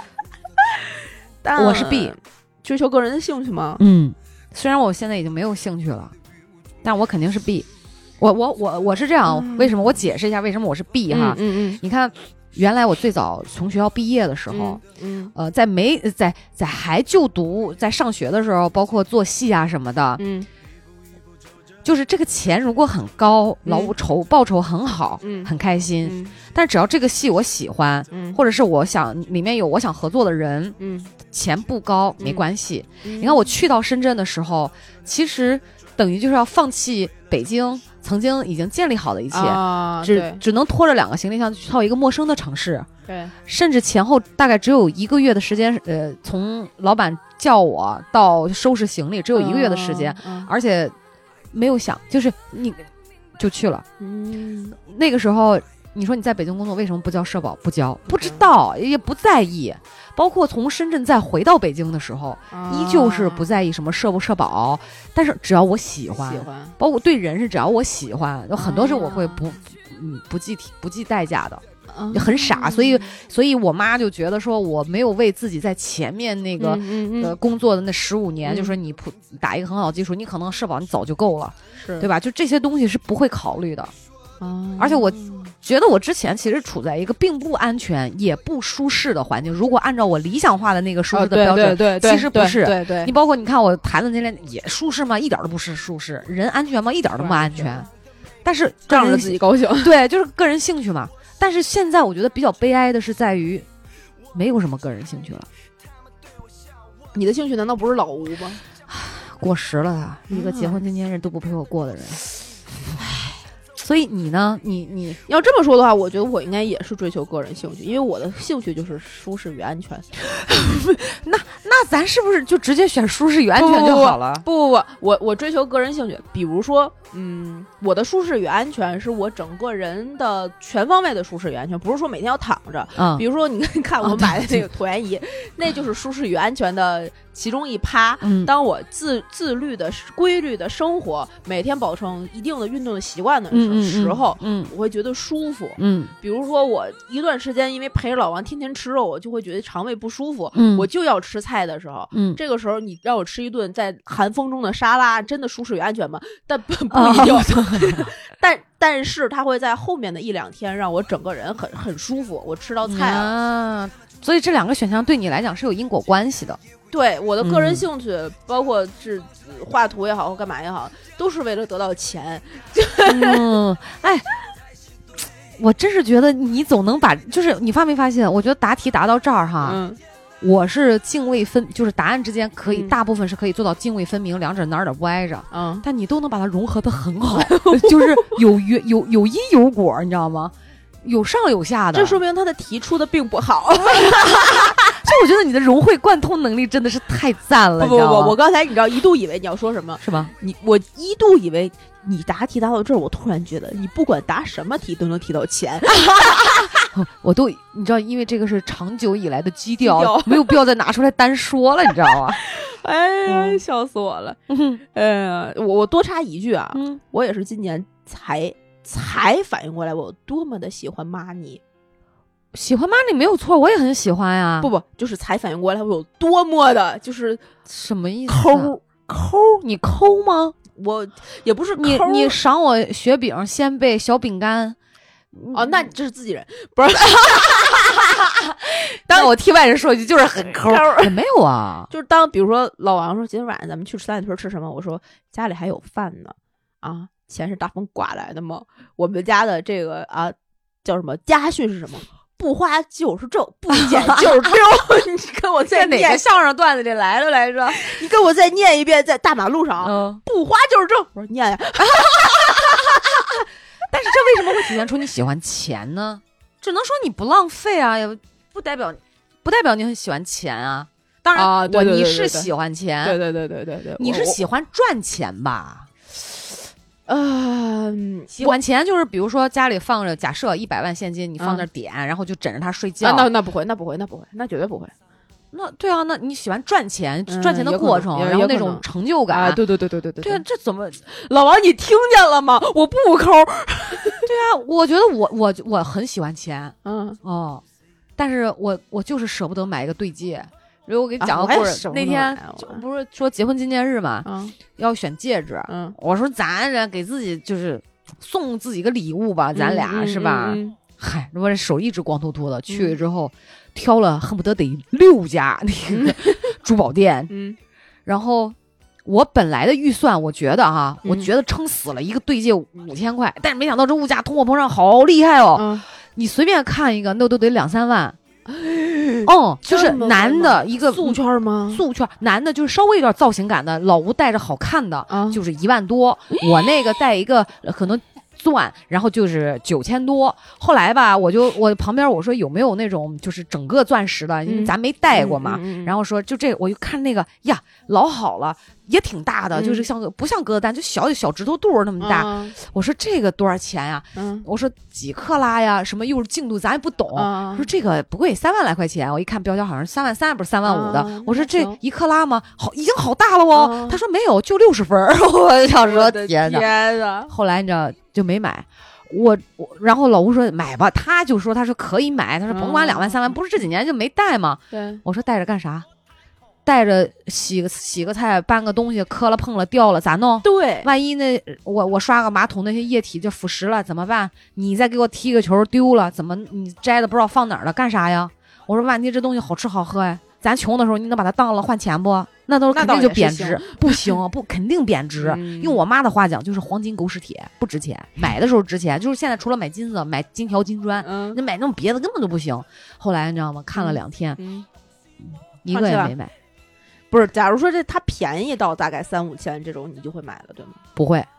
但我是 B， 追求个人的兴趣吗？ 嗯，虽然我现在已经没有兴趣了，但我肯定是 B。我我我我是这样、嗯，为什么？我解释一下为什么我是 B 哈。 嗯 嗯, 嗯你看，原来我最早从学校毕业的时候， 嗯, 嗯呃，在没在在还就读在上学的时候，包括做戏啊什么的， 嗯。 就是这个钱如果很高，劳务酬报酬很好， 嗯， 很开心。 嗯， 但只要这个戏我喜欢， 嗯， 或者是我想里面有我想合作的人， 嗯， 钱不高、 嗯、 没关系、 嗯。 你看我去到深圳的时候，其实等于就是要放弃北京曾经已经建立好的一切， 啊、 只只能拖着两个行李箱去到一个陌生的城市。 对， 甚至前后大概只有一个月的时间，呃，从老板叫我到收拾行李只有一个月的时间， 嗯、 而且。没有想，就是你就去了。 嗯， 那个时候你说你在北京工作为什么不交社保？不交，不知道，也不在意。包括从深圳再回到北京的时候， 啊、 依旧是不在意什么社不社保。但是只要我喜欢， 喜欢， 包括对人是只要我喜欢，有很多事我会不嗯不计不计代价的。很傻，所以所以我妈就觉得说我没有为自己在前面那个、 嗯嗯、 呃工作的那十五年、 嗯， 就说你普打一个很好的基础，你可能社保你早就够了， 是对吧？就这些东西是不会考虑的。 嗯、 而且我觉得我之前其实处在一个并不安全也不舒适的环境。如果按照我理想化的那个舒适的标准， 哦、对对对其实不是。 对 对, 对， 你包括你看我谈的那恋也舒适吗？一点都不是舒适。人安全吗？一点都不安全。但是仗着自己高兴， 对，就是个人兴趣嘛。但是现在我觉得比较悲哀的是在于，没有什么个人兴趣了。 你的兴趣难道不是老吴吗？ 过时了啊，一个结婚纪念日都不陪我过的人。唉，所以你呢？你你要这么说的话，我觉得我应该也是追求个人兴趣，因为我的兴趣就是舒适与安全。 那那咱是不是就直接选舒适与安全就好了？ 不不不，我我追求个人兴趣，比如说嗯，我的舒适与安全是我整个人的全方位的舒适与安全，不是说每天要躺着。 嗯， 比如说你看我买的那个椭圆仪，那就是舒适与安全的其中一趴。 嗯， 当我自自律的规律的生活，每天保证一定的运动的习惯的时候， 嗯时候嗯， 我会觉得舒服。 嗯， 比如说我一段时间因为陪着老王天天吃肉，我就会觉得肠胃不舒服。 嗯， 我就要吃菜的时候，嗯，这个时候你让我吃一顿在寒风中的沙拉，真的舒适与安全吗？但不不一定。哦但但是它会在后面的一两天让我整个人很很舒服，我吃到菜了、 啊，所以这两个选项对你来讲是有因果关系的。 对我的个人兴趣、嗯、包括是画图也好或干嘛也好，都是为了得到钱。 嗯，哎，我真是觉得你总能把，就是你发没发现，我觉得答题答到这儿哈，嗯，我是泾渭分，就是答案之间可以、嗯、大部分是可以做到泾渭分明，两者哪儿哪儿不挨着，嗯，但你都能把它融合得很好，就是有有有因有果，你知道吗？有上有下的， 这说明他的题出的并不好。 就我觉得你的融会贯通能力真的是太赞了。 不不不，我刚才你知道一度以为你要说什么， 是吧？ 你我一度以为你答题答到这儿，我突然觉得你不管答什么题都能提到钱。 我都你知道，因为这个是长久以来的基调，基调没有必要再拿出来单说了，你知道吗？ 哎呀，嗯、笑死我了！嗯，呃，我我多插一句啊，嗯、我也是今年才才反应过来，我有多么的喜欢玛尼。 喜欢玛尼没有错，我也很喜欢呀。 不不，就是才反应过来，我有多么的，就是什么意思？ 抠抠，你抠吗？ 我也不是抠你你赏我雪饼、鲜贝、小饼干。 哦，那这是自己人，不是？ 当我替外人说一句，就是很抠，也没有啊。 就是当比如说老王说今天晚上咱们去三里屯吃什么，我说家里还有饭呢，啊，钱是大风刮来的吗？我们家的这个啊叫什么家训是什么？不花就是挣，不捡就是丢。你跟我再念哪个相声段子里来的来着？ 你跟我再念一遍，在大马路上，嗯、不花就是挣。我说念呀。 但是这为什么会体现出你喜欢钱呢？只能说你不浪费啊，也不代表不代表你很喜欢钱啊。当然， 啊、对对对对对我你是喜欢钱， 对对对对对对， 你是喜欢赚钱吧？ 呃， 喜欢钱就是比如说家里放着，假设一百万现金，你放那点，嗯、然后就枕着它睡觉。 啊、那那不会，那不会，那不会，那绝对不会。 那对啊，那你喜欢赚钱，嗯、赚钱的过程，然后那种成就感， 啊、对对对对对对。 对啊，这怎么？ 老王，你听见了吗？我不抠。对啊，我觉得我我我很喜欢钱， 嗯哦，但是我我就是舍不得买一个对戒。如果我给你讲个故事，啊、那天不是说结婚纪念日嘛，嗯、要选戒指，嗯，我说咱这给自己就是送自己个礼物吧，咱俩、 嗯、 是吧？ 嗯嗯嗨，我这手一直光秃秃的，去了之后、嗯、挑了恨不得得六家那个珠宝店， 嗯， 然后我本来的预算，我觉得哈， 嗯、 我觉得撑死了一个对戒五千块，但是没想到这物价通货膨胀好厉害哦， 嗯、 你随便看一个那都得两三万。哦，就是男的一个素圈吗？ 素圈，男的就是稍微有点造型感的，老吴戴着好看的， 啊、 就是一万多。我那个戴一个可能钻，然后就是九千多。后来吧，我就我旁边我说有没有那种就是整个钻石的，因为咱没戴过嘛。 嗯嗯嗯、 然后说就这，我就看那个呀，老好了，也挺大的， 嗯、 就是像个不像鸽子蛋，就小小指头肚那么大。 嗯、 我说这个多少钱呀？ 嗯、 我说几克拉呀？什么又是净度，咱也不懂。 嗯、 我说这个不贵，三万来块钱。我一看标价好像三万三，不是三万五的。 嗯、 我说这一克拉吗？好，已经好大了哦。 嗯、 他说没有，就六十分。我就想说天哪！天哪！后来你知道就没买。我我然后老吴说买吧，他就说他说可以买，他说甭管两万三万，不是这几年就没带吗？ 对， 我说带着干啥？带着洗个洗个菜，搬个东西，磕了碰了掉了咋弄？ 对， 万一那我我刷个马桶那些液体就腐蚀了怎么办？你再给我踢个球丢了怎么？你摘的不知道放哪儿了干啥呀？我说万一这东西好吃好喝哎，咱穷的时候你能把它当了换钱不？那都肯定就贬值，不行，不肯定贬值。 嗯、 用我妈的话讲，就是黄金狗屎铁，不值钱。买的时候值钱，就是现在除了买金子，买金条、金砖， 嗯、 你买那种别的根本都不行。后来你知道吗？看了两天， 嗯、 一个也没买。 不是，假如说这它便宜到大概三五千这种，你就会买了，对吗？ 不会，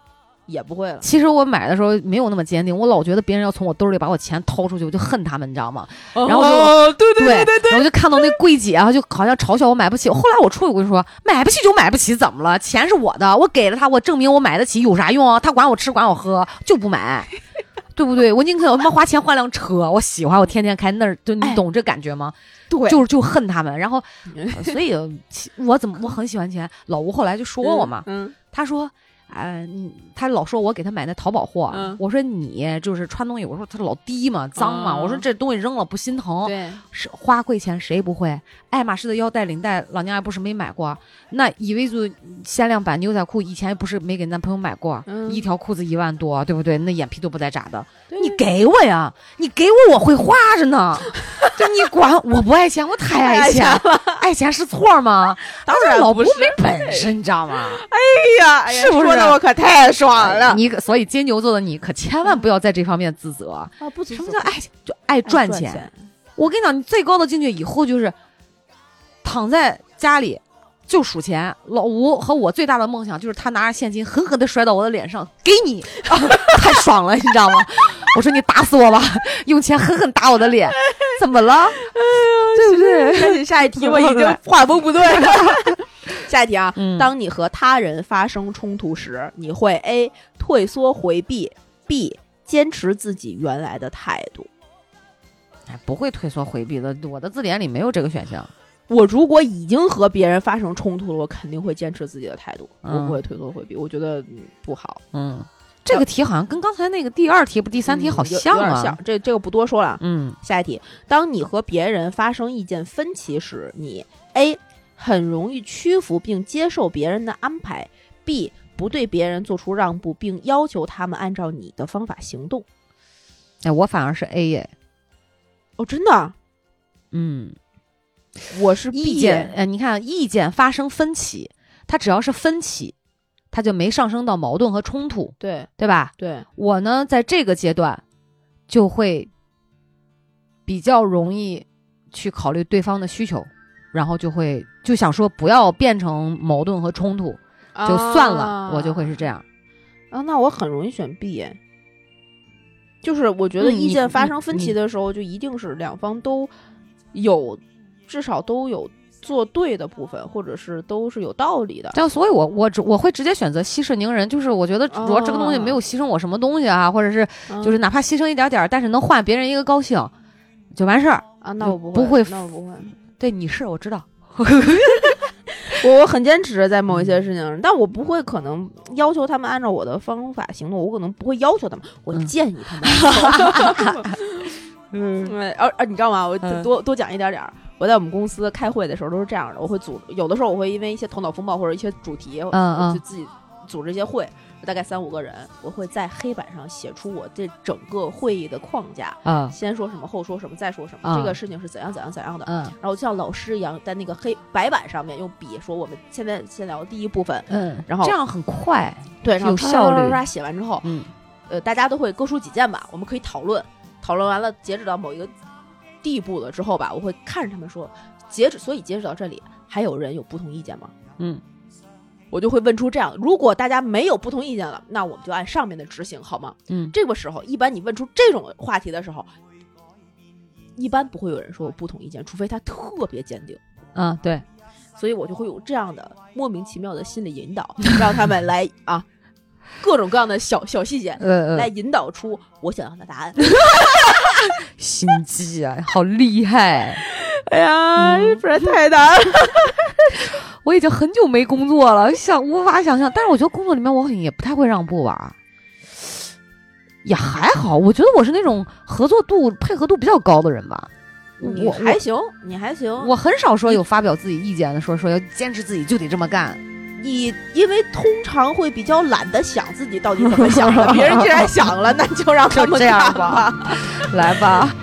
也不会了。 其实我买的时候没有那么坚定，我老觉得别人要从我兜里把我钱掏出去，我就恨他们，你知道吗？ 哦、 然后就对对对对对， 然后就看到那柜姐啊，就好像嘲笑我买不起。后来我出去我跟你说，买不起就买不起，怎么了？钱是我的，我给了他，我证明我买得起，有啥用啊？他管我吃管我喝，就不买。对不对？我宁可我他妈花钱换辆车，我喜欢，我天天开那儿，就你懂这感觉吗？ 哎、对， 就就恨他们。然后，所以我怎么我很喜欢钱。老吴后来就说我嘛， 嗯，嗯他说，呃，他老说我给他买那淘宝货， 嗯、 我说你就是穿东西，我说他老低嘛，脏嘛，嗯、我说这东西扔了不心疼， 对， 是花贵钱谁不会？爱马仕的腰带领带，老娘也不是没买过。那依维素限量版牛仔裤，以前也不是没给男朋友买过， 嗯、 一条裤子一万多，对不对？那眼皮都不带眨的。你给我呀，你给我我会花着呢。就你管我不爱钱，我太爱钱了，爱钱是错吗？ 当然老吴没本事，你知道吗？ 哎呀， 是不是？ 说的我可太爽了。 你所以金牛座的你可千万不要在这方面自责啊！不自责。 什么叫爱就爱赚钱？ 钱我跟你讲，你最高的境界以后就是躺在家里就数钱。老吴和我最大的梦想就是他拿着现金狠狠地摔到我的脸上，给你，啊、太爽了，你知道吗？我说你打死我吧，用钱狠狠打我的脸，怎么了？哎呀，对不对？ 赶紧下一题，我已经画风不对了。下一题啊、 嗯， 当你和他人发生冲突时，你会 A 退缩回避 ，B 坚持自己原来的态度。 哎，不会退缩回避的，我的字典里没有这个选项。 我如果已经和别人发生冲突了，我肯定会坚持自己的态度， 嗯、 我不会退缩回避。我觉得、嗯、不好。 嗯。这个题好像跟刚才那个第二题不第三题好像啊， 嗯、有, 有点像。这这个不多说了。 嗯， 下一题，当你和别人发生意见分歧时，你 A 很容易屈服并接受别人的安排 ，B 不对别人做出让步，并要求他们按照你的方法行动。 哎，我反而是 A 耶。 哦，真的？ 嗯， 我是 B。 意见，呃，你看意见发生分歧，它只要是分歧。他就没上升到矛盾和冲突， 对对吧？ 对， 我呢，在这个阶段就会比较容易去考虑对方的需求，然后就会就想说不要变成矛盾和冲突， 啊、 就算了，我就会是这样。 啊，那我很容易选 B， 就是我觉得意见发生分歧的时候，就一定是两方都有，至少都有。做对的部分，或者是都是有道理的， 但所以我我我会直接选择息事宁人，就是我觉得主要这个东西没有牺牲我什么东西啊，哦、或者是就是哪怕牺牲一点点，但是能换别人一个高兴，就完事儿啊。那我不会， 不会， 那我不会。 对，你是我知道， 我我很坚持在某一些事情上，但我不会可能要求他们按照我的方法行动，我可能不会要求他们，我建议他们。嗯，对，而而你知道吗？我多多讲一点点儿。我在我们公司开会的时候都是这样的，我会组，有的时候我会因为一些头脑风暴或者一些主题， 嗯嗯， 就自己组织一些会，大概三五个人，我会在黑板上写出我这整个会议的框架， 嗯， 先说什么，后说什么，再说什么， 嗯、 这个事情是怎样怎样怎样的， 嗯， 然后像老师一样在那个黑白板上面用笔说我们现在先聊第一部分， 嗯， 然后这样很快， 对， 有效率， 刷写完之后， 嗯， 呃，大家都会各抒己见吧，我们可以讨论，讨论完了，截止到某一个地步了之后吧，我会看着他们说。截止，所以截止到这里，还有人有不同意见吗？ 嗯， 我就会问出这样：如果大家没有不同意见了，那我们就按上面的执行，好吗？ 嗯， 这个时候，一般你问出这种话题的时候，一般不会有人说有不同意见，除非他特别坚定。 嗯，对， 所以我就会有这样的莫名其妙的心理引导，让他们来啊，各种各样的小小细节， 呃， 来引导出我想要的答案。 心机啊，好厉害！ 哎呀，嗯、不然太难了。 我已经很久没工作了，想无法想象。但是我觉得工作里面我也不太会让步吧，也还好。我觉得我是那种合作度、配合度比较高的人吧。 你还行，你还行。 我很少说有发表自己意见的，说说要坚持自己就得这么干。 你因为通常会比较懒得想自己到底怎么想的，别人既然想了，那就让他们这样吧。来吧。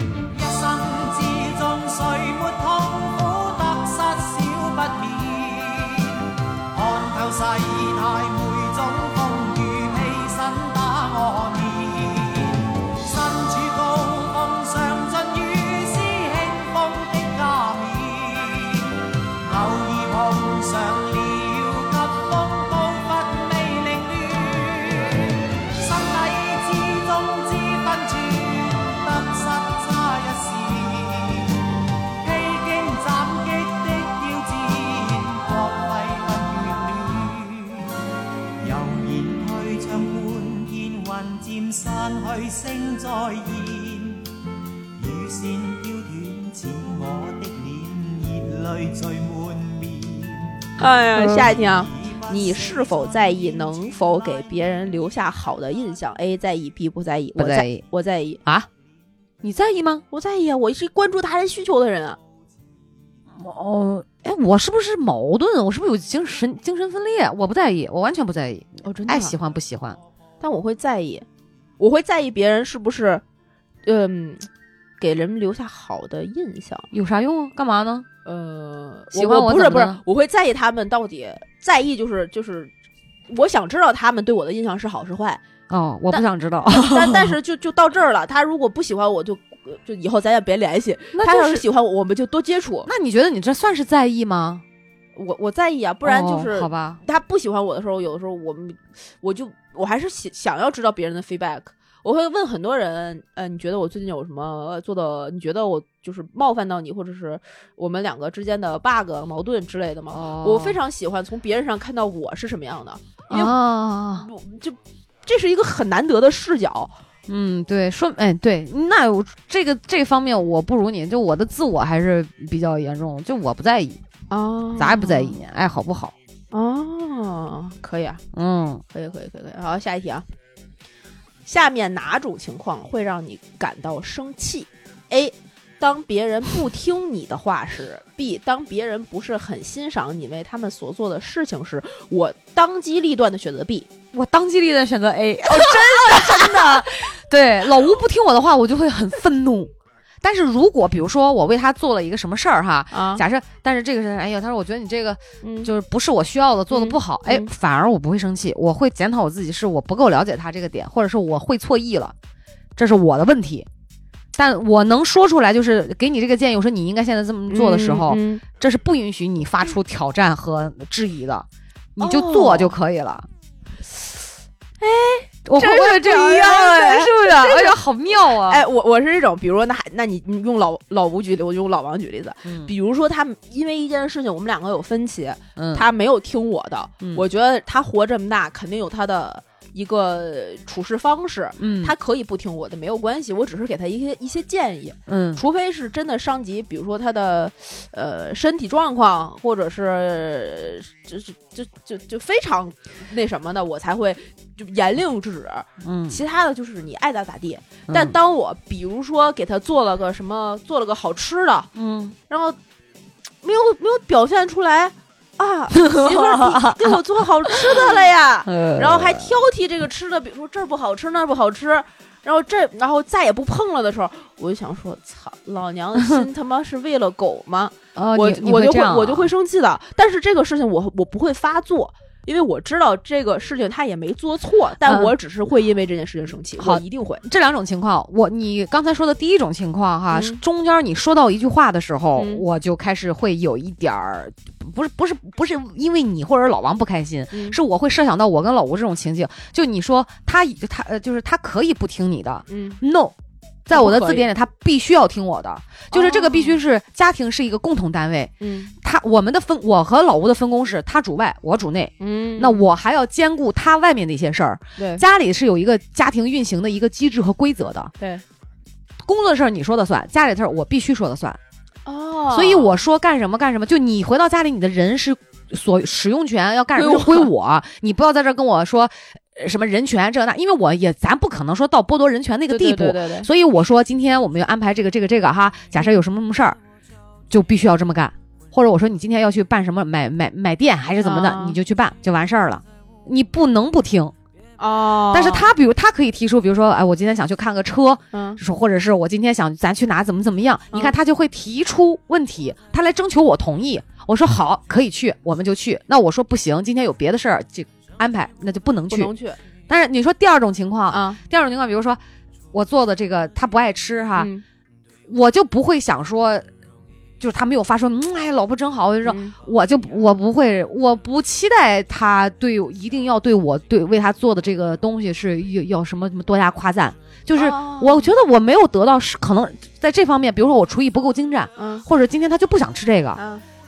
去聲再現，雨線飄斷似我的臉，熱淚聚滿面。 哎呀，下一题啊，你是否在意能否给别人留下好的印象 ？A 在意 ，B 不在意。 不在意， 我在意啊？你在意吗？ 我在意啊，我是关注他人需求的人啊。 哦，哎，我是不是矛盾？我是不是有精神精神分裂？我不在意，我完全不在意。 哦，真的、啊？ 爱喜欢不喜欢， 但我会在意，我会在意别人是不是，嗯，给人留下好的印象。 有啥用啊？干嘛呢？ 呃， 喜欢我不是不是，我会在意他们到底在意，就是就是，我想知道他们对我的印象是好是坏。 哦，我不想知道。 但但是就就到这儿了。他如果不喜欢我就，就以后咱也别联系。 那、就是、 他要是喜欢我，我们就多接触。 那你觉得你这算是在意吗？ 我我在意啊，不然就是、 哦、好吧。 他不喜欢我的时候，有的时候我们我就我还是想想要知道别人的 feedback。我会问很多人，呃，你觉得我最近有什么做的？你觉得我就是冒犯到你，或者是我们两个之间的 bug 矛盾之类的吗？ 哦、 我非常喜欢从别人上看到我是什么样的，因为、 哦、 就这是一个很难得的视角。 嗯，对，说，哎，对，那我这个这方面我不如你，就我的自我还是比较严重，就我不在意啊、哦， 咋也不在意，爱好不好哦，可以啊， 嗯， 可以，可以，可以，可以。好，下一题啊。下面哪种情况会让你感到生气 ？A. 当别人不听你的话时 ；B. 当别人不是很欣赏你为他们所做的事情时。我当机立断的选择 B， 我当机立断选择 A。哦，真的真的，对，老吴不听我的话，我就会很愤怒。但是如果比如说我为他做了一个什么事儿哈、啊，假设，但是这个是，哎呀，他说我觉得你这个就是不是我需要的，嗯、做的不好，哎、嗯，反而我不会生气，我会检讨我自己，是我不够了解他这个点，或者是我会错意了，这是我的问题。但我能说出来，就是给你这个建议，我说你应该现在这么做的时候，嗯嗯、这是不允许你发出挑战和质疑的，你就做就可以了。哎、哦，我会不会这样哎？是不是？哎呀，好妙啊！ 哎，我我是这种，比如说，那那你你用老老吴举例，我用老王举例子。 嗯， 比如说，他们因为一件事情，我们两个有分歧， 嗯， 他没有听我的， 嗯， 我觉得他活这么大，肯定有他的一个处事方式， 嗯， 他可以不听我的，没有关系，我只是给他一些一些建议， 嗯， 除非是真的伤及，比如说他的呃身体状况，或者是就就就就非常那什么的，我才会就严令制止， 嗯， 其他的就是你爱咋咋地。嗯、但当我比如说给他做了个什么，做了个好吃的， 嗯， 然后没有没有表现出来。啊，媳妇儿给我做好吃的了呀，然后还挑剔这个吃的，比如说这儿不好吃那儿不好吃，然后这然后再也不碰了的时候，我就想说，操，老娘的心他妈是为了狗吗？ 哦、 我我就会、 啊、 我就会生气的。但是这个事情我我不会发作，因为我知道这个事情他也没做错，但我只是会因为这件事情生气。 嗯、我一定会。 这两种情况，我你刚才说的第一种情况哈， 嗯、 中间你说到一句话的时候， 嗯、 我就开始会有一点儿。不是不是不是因为你或者老王不开心、 嗯、 是我会设想到我跟老吴这种情景，就你说他他呃就是他可以不听你的、 嗯、 no 在我的字典里他必须要听我的，就是这个必须是、哦、家庭是一个共同单位， 嗯， 他我们的分我和老吴的分工是他主外我主内， 嗯， 那我还要兼顾他外面的一些事儿， 对， 家里是有一个家庭运行的一个机制和规则的， 对， 工作的事儿你说的算，家里的事儿我必须说的算。 哦， 所以我说干什么干什么，就你回到家里，你的人是所使用权要干什么归我，你不要在这跟我说什么人权这那，因为我也咱不可能说到剥夺人权那个地步， 对对对对对， 所以我说今天我们要安排这个这个这个哈，假设有什么什么事儿，就必须要这么干，或者我说你今天要去办什么买买买店还是怎么的、啊，你就去办就完事儿了，你不能不听。 哦， 但是他比如他可以提出，比如说，哎，我今天想去看个车， 嗯， 说或者是我今天想咱去哪怎么怎么样， 嗯、 你看他就会提出问题，他来征求我同意。我说好，可以去，我们就去。那我说不行，今天有别的事儿就安排，那就不能去。 不能去。 但是你说第二种情况啊， 第二种情况，比如说我做的这个他不爱吃哈， 嗯、 我就不会想说。就是他没有发说，嗯，哎，老婆真好，我就说， 嗯、 我就我不会，我不期待他对一定要对我对为他做的这个东西是要要什么什么多加夸赞，就是我觉得我没有得到是可能在这方面，比如说我厨艺不够精湛， 嗯， 或者今天他就不想吃这个， 嗯，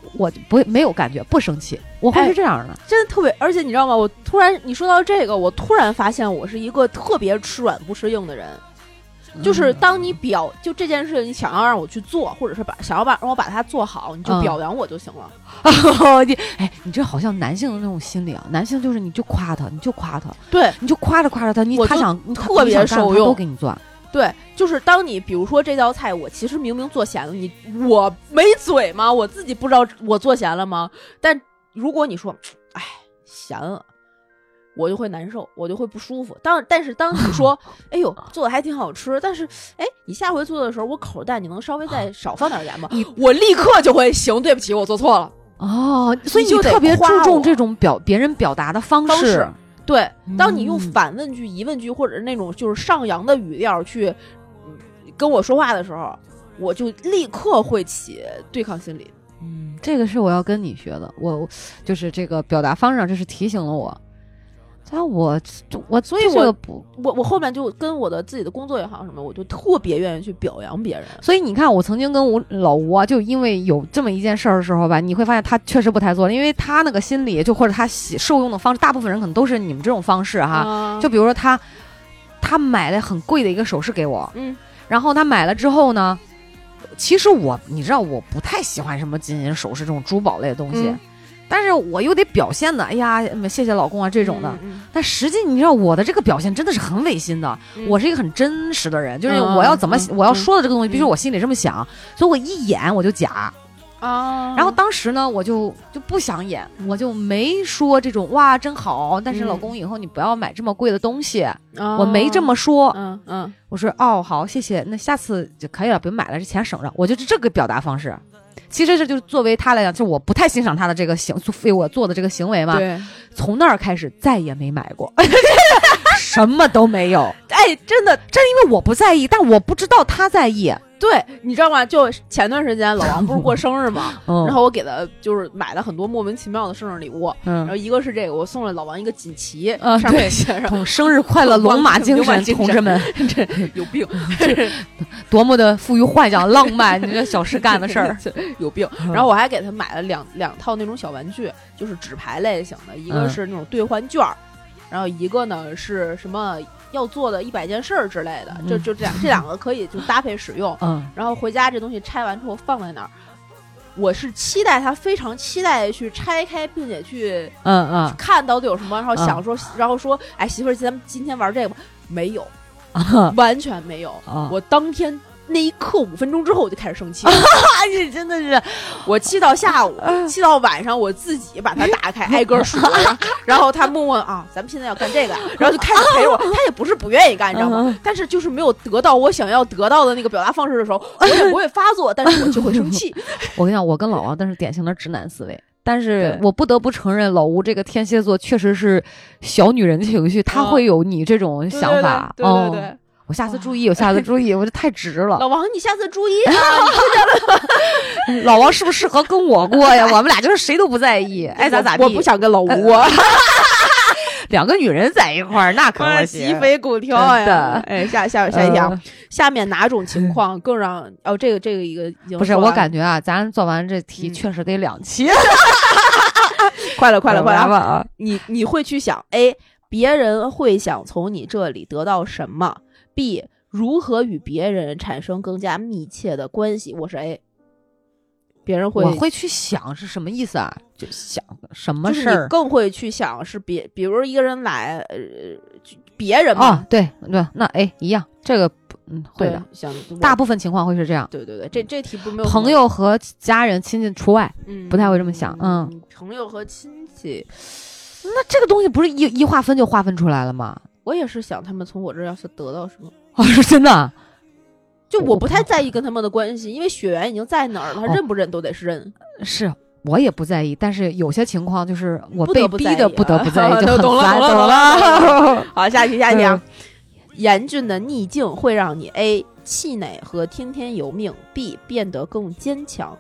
我不没有感觉，不生气，我会是这样的， 哎、真的特别。而且你知道吗？我突然你说到这个，我突然发现我是一个特别吃软不吃硬的人。就是当你表就这件事，你想要让我去做，或者是把想要把让我把它做好，你就表扬我就行了。 嗯、你哎，你这好像男性的那种心理啊，男性就是你就夸他，你就夸他， 对， 你就夸着夸着他，你他想特别受用， 都给你做。 对，就是当你比如说这道菜，我其实明明做咸了，你我没嘴吗？我自己不知道我做咸了吗？但如果你说，哎，咸了。我就会难受，我就会不舒服。当但是当你说，哎呦，做的还挺好吃，但是，哎，你下回做的时候，我口淡，你能稍微再少放点盐吗？我立刻就会行，对不起，我做错了。 哦，所以你就特别注重这种表别人表达的方式。 方式对，当你用反问句、疑问句或者是那种就是上扬的语调去、嗯、跟我说话的时候，我就立刻会起对抗心理。 嗯，这个是我要跟你学的，我就是这个表达方式上，这是提醒了我。但我我所以我不我我后面就跟我的自己的工作也好什么，我就特别愿意去表扬别人。 所以你看，我曾经跟我老吴啊，就因为有这么一件事儿的时候吧，你会发现他确实不太做了，因为他那个心理就或者他受用的方式，大部分人可能都是你们这种方式哈。啊、就比如说他他买了很贵的一个首饰给我，嗯，然后他买了之后呢，其实我你知道我不太喜欢什么金银首饰这种珠宝类的东西。嗯，但是我又得表现的，哎呀，谢谢老公啊这种的。嗯嗯、但实际你知道我的这个表现真的是很违心的。嗯、我是一个很真实的人，就是我要怎么、嗯、我要说的这个东西，必须我心里这么想，嗯、所以我一演我就假。啊，然后当时呢，我就就不想演，我就没说这种哇真好，但是老公以后你不要买这么贵的东西，嗯、我没这么说。嗯嗯，我说哦好谢谢，那下次就可以了，别买了，这钱省着。我就是这个表达方式。其实这就是作为他来讲，就是我不太欣赏他的这个行为我做的这个行为嘛。对，从那儿开始再也没买过，什么都没有。 哎，真的， 真因为我不在意，但我不知道他在意。 对，你知道吗？就前段时间老王不是过生日嘛，嗯、然后我给他就是买了很多莫名其妙的生日礼物，嗯、然后一个是这个，我送了老王一个锦旗，嗯、上面写上“ 生日快乐，龙马精神，同志们”， 这有病， 多么的富于幻想、浪漫，你这小事干的事儿有病。然后我还给他买了两两套那种小玩具，就是纸牌类型的，一个是那种兑换券，嗯、然后一个呢是什么？要做的一百件事儿之类的，就就这样，这两个可以就搭配使用。嗯，然后回家这东西拆完之后放在那儿，我是期待他非常期待去拆开，并且去嗯嗯看到底有什么，然后想说，嗯、然后说，哎，媳妇儿，咱们今天玩这个吧？没有，啊、完全没有。啊、我当天。那一刻五分钟之后我就开始生气了， 你真的是， 我气到下午，气到晚上，我自己把它打开，挨个数，然后他默默啊，咱们现在要干这个，然后就开始陪我。他也不是不愿意干，你知道吗？但是就是没有得到我想要得到的那个表达方式的时候，我也不会发作，但是我就会生气。 我跟你讲，我跟老王但是典型的直男思维。但是我不得不承认，老吴这个天蝎座确实是小女人情绪，他会有你这种想法。 对对对。 我下次注意，我下次注意，我这太直了。 老王，你下次注意啊！你听见了吗？ 老王是不是适合跟我过呀？我们俩就是谁都不在意，爱咋咋地。 我不想跟老吴， 两个女人在一块儿，那可不行， 鸡飞狗跳呀！哎，下下下一条，呃、下面哪种情况更让哦？这个这个一个不是，我感觉啊，咱做完这题确实得两期。 快了，快了，快了啊！你你会去想 A， 别人会想从你这里得到什么？ B 如何与别人产生更加密切的关系？我是 A， 别人会我会去想是什么意思啊？就想什么事儿， 就是你更会去想是别，比如一个人来，呃，别人嘛， 啊、对对，那 A 一样，这个嗯会的， 想大部分情况会是这样。 对对对，这这题不没有朋友和家人亲戚除外，嗯，不太会这么想。嗯， 嗯朋友和亲戚， 那这个东西不是一一划分就划分出来了吗？ 我也是想他们从我这儿要是得到什么。 哦，是真的， 就我不太在意跟他们的关系，因为血缘已经在哪儿了，他认不认都得是认。 哦、是我也不在意，但是有些情况就是我被逼的不得不在意， 就很懂了懂了懂了。好，下一题下一题啊。严峻的逆境会让你 A 气馁和听天由命 ，B 变得更坚强。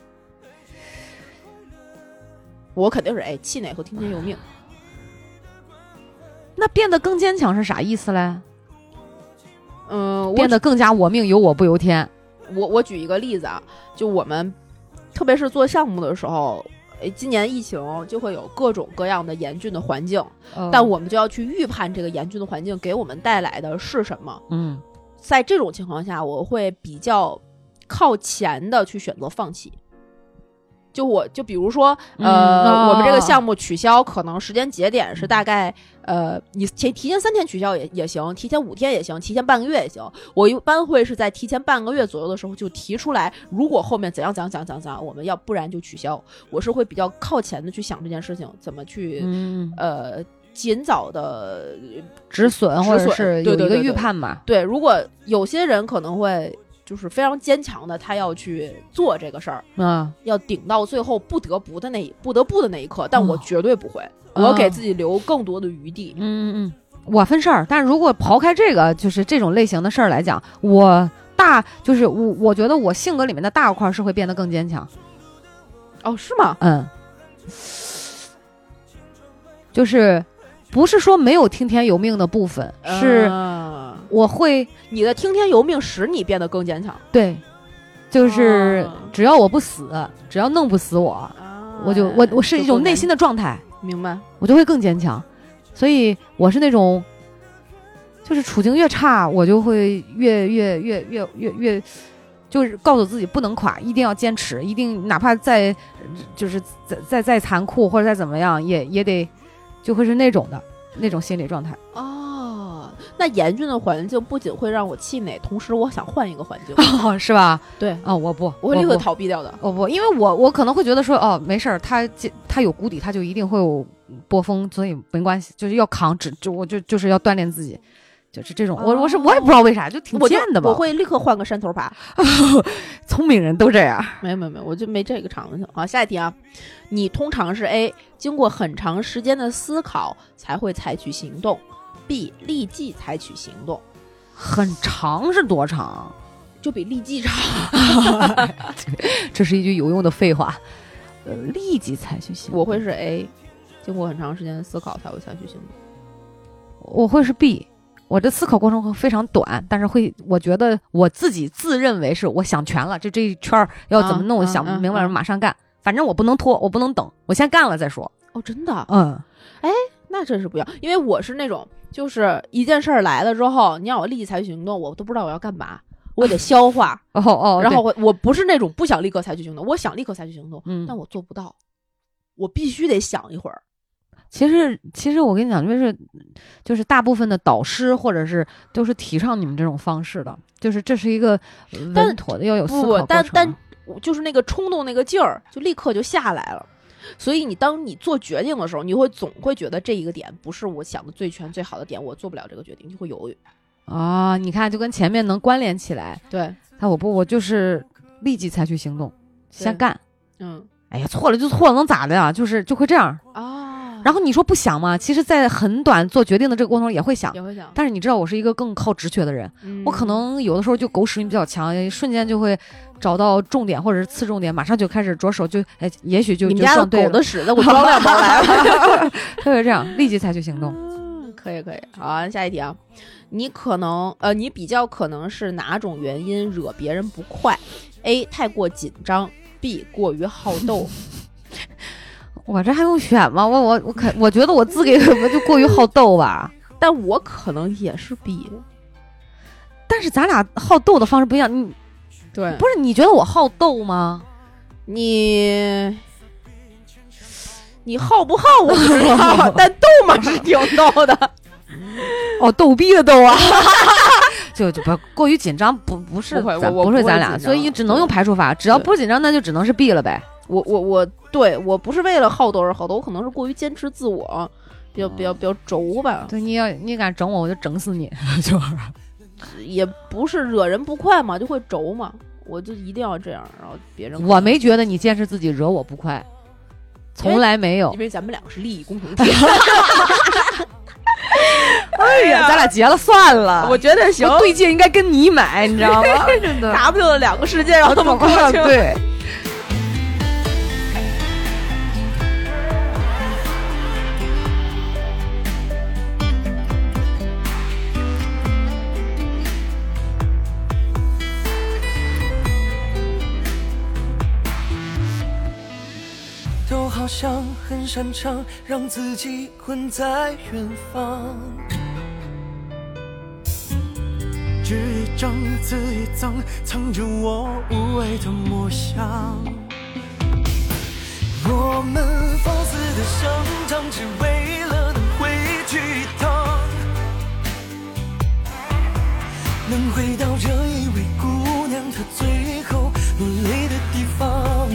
我肯定是 A 气馁和听天由命。 那变得更坚强是啥意思嘞？ 嗯， 变得更加我命由我不由天。 我我举一个例子啊，就我们特别是做项目的时候，今年疫情就会有各种各样的严峻的环境， 嗯、 但我们就要去预判这个严峻的环境给我们带来的是什么。 嗯， 在这种情况下，我会比较靠前的去选择放弃。就我就比如说，呃， 嗯哦、 我们这个项目取消，可能时间节点是大概，呃，你提提前三天取消也也行，提前五天也行，提前半个月也行。我一般会是在提前半个月左右的时候就提出来，如果后面怎样怎样怎样怎样怎样，我们要不然就取消。我是会比较靠前的去想这件事情，怎么去， 嗯、 呃，尽早的止损，或者是有一个预判嘛。 对，如果有些人可能会。就是非常坚强的，他要去做这个事儿， 嗯， 要顶到最后不得不的那不得不的那一刻，但我绝对不会， 嗯、 我给自己留更多的余地。 嗯嗯，我分事儿，但是如果刨开这个，就是这种类型的事儿来讲，我大就是我，我觉得我性格里面的大块是会变得更坚强。 哦，是吗？ 嗯，就是不是说没有听天由命的部分， 呃、 是我会。 你的听天由命使你变得更坚强， 对，就是只要我不死，哦、只要弄不死我， 啊、 我就我我是一种内心的状态， 明白？ 我就会更坚强，所以我是那种，就是处境越差，我就会越越越越越越，就是告诉自己不能垮，一定要坚持，一定哪怕再就是再再再残酷或者再怎么样，也也得就会是那种的那种心理状态。 哦。那严峻的环境不仅会让我气馁，同时我想换一个环境， 哦，是吧？ 对啊、哦，我不， 我会立刻逃避掉的。 我不，因为我我可能会觉得说，哦，没事儿，他他有谷底，他就一定会有波峰，所以没关系，就是要扛，只就我就就是要锻炼自己，就是这种。哦、我我是我也不知道为啥，就挺贱的吧。 我会立刻换个山头爬。 聪明人都这样。 没有没有没有，我就没这个长性。好，下一题啊，你通常是 A 经过很长时间的思考才会采取行动。B 立即采取行动， 很长是多长？ 就比立即长。 这是一句有用的废话。呃，立即采取行动， 我会是 A， 经过很长时间的思考才会采取行动。 我会是 B， 我的思考过程会非常短，但是会，我觉得我自己自认为是我想全了，就这一圈要怎么弄，我、嗯、想明白了、嗯、马上干，反正我不能拖，我不能等，我先干了再说。 哦，真的？ 嗯， 哎，那真是不一样，因为我是那种。就是一件事儿来了之后，你让我立即采取行动，我都不知道我要干嘛，我得消化。 哦哦， 然后我我不是那种不想立刻采取行动，我想立刻采取行动， 嗯， 但我做不到，我必须得想一会儿。 其实，其实我跟你讲，就是就是大部分的导师或者是都是提倡你们这种方式的，就是这是一个稳妥的要有思考过程。 不，但但就是那个冲动那个劲儿，就立刻就下来了。所以你当你做决定的时候，你会总会觉得这一个点不是我想的最全最好的点，我做不了这个决定，就会犹豫。 啊，你看，就跟前面能关联起来。 对， 那我不，我就是立即采取行动，先干。 嗯， 哎呀，错了就错了，能咋的呀？就是就会这样啊。 然后你说不想吗？其实，在很短做决定的这个过程中也会想， 也会想。 但是你知道，我是一个更靠直觉的人， 嗯、 我可能有的时候就狗屎运比较强，瞬间就会找到重点或者是次重点，马上就开始着手就，哎，也许就你们家的狗的屎，那我装两包来了， 特别这样，立即采取行动。 嗯，可以可以。好，下一题啊，你可能呃，你比较可能是哪种原因惹别人不快 ？A 太过紧张 ，B 过于好斗。 我这还用选吗？我我我可我觉得我自给我就过于好斗吧， 但我可能也是 B， 但是咱俩好斗的方式不一样。你对， 不是你觉得我好斗吗？ 你你好不好我不知道，但斗嘛是挺斗的。 哦，逗逼的逗啊，就就不过于紧张，不不是不咱不是咱俩，所以只能用排除法。只要不紧张，那就只能是 B 了呗。 我我我对我不是为了好斗而好斗，我可能是过于坚持自我，比较比较比较轴吧。 对，你要你敢整我，我就整死你，就是也不是惹人不快嘛，就会轴嘛，我就一定要这样，然后别人我没觉得你坚持自己惹我不快，从来没有， 因为咱们两个是利益共同体。 哎呀，咱俩结了算了， 我觉得行， 对戒应该跟你买，你知道吗？真的 W 了两个世界，让他们过去。 对。 想很擅长让自己困在远方，纸一张，字一张，藏着我无畏的模样。我们放肆的生长，只为了能回去一趟，能回到这一位姑娘她最后落泪的地方。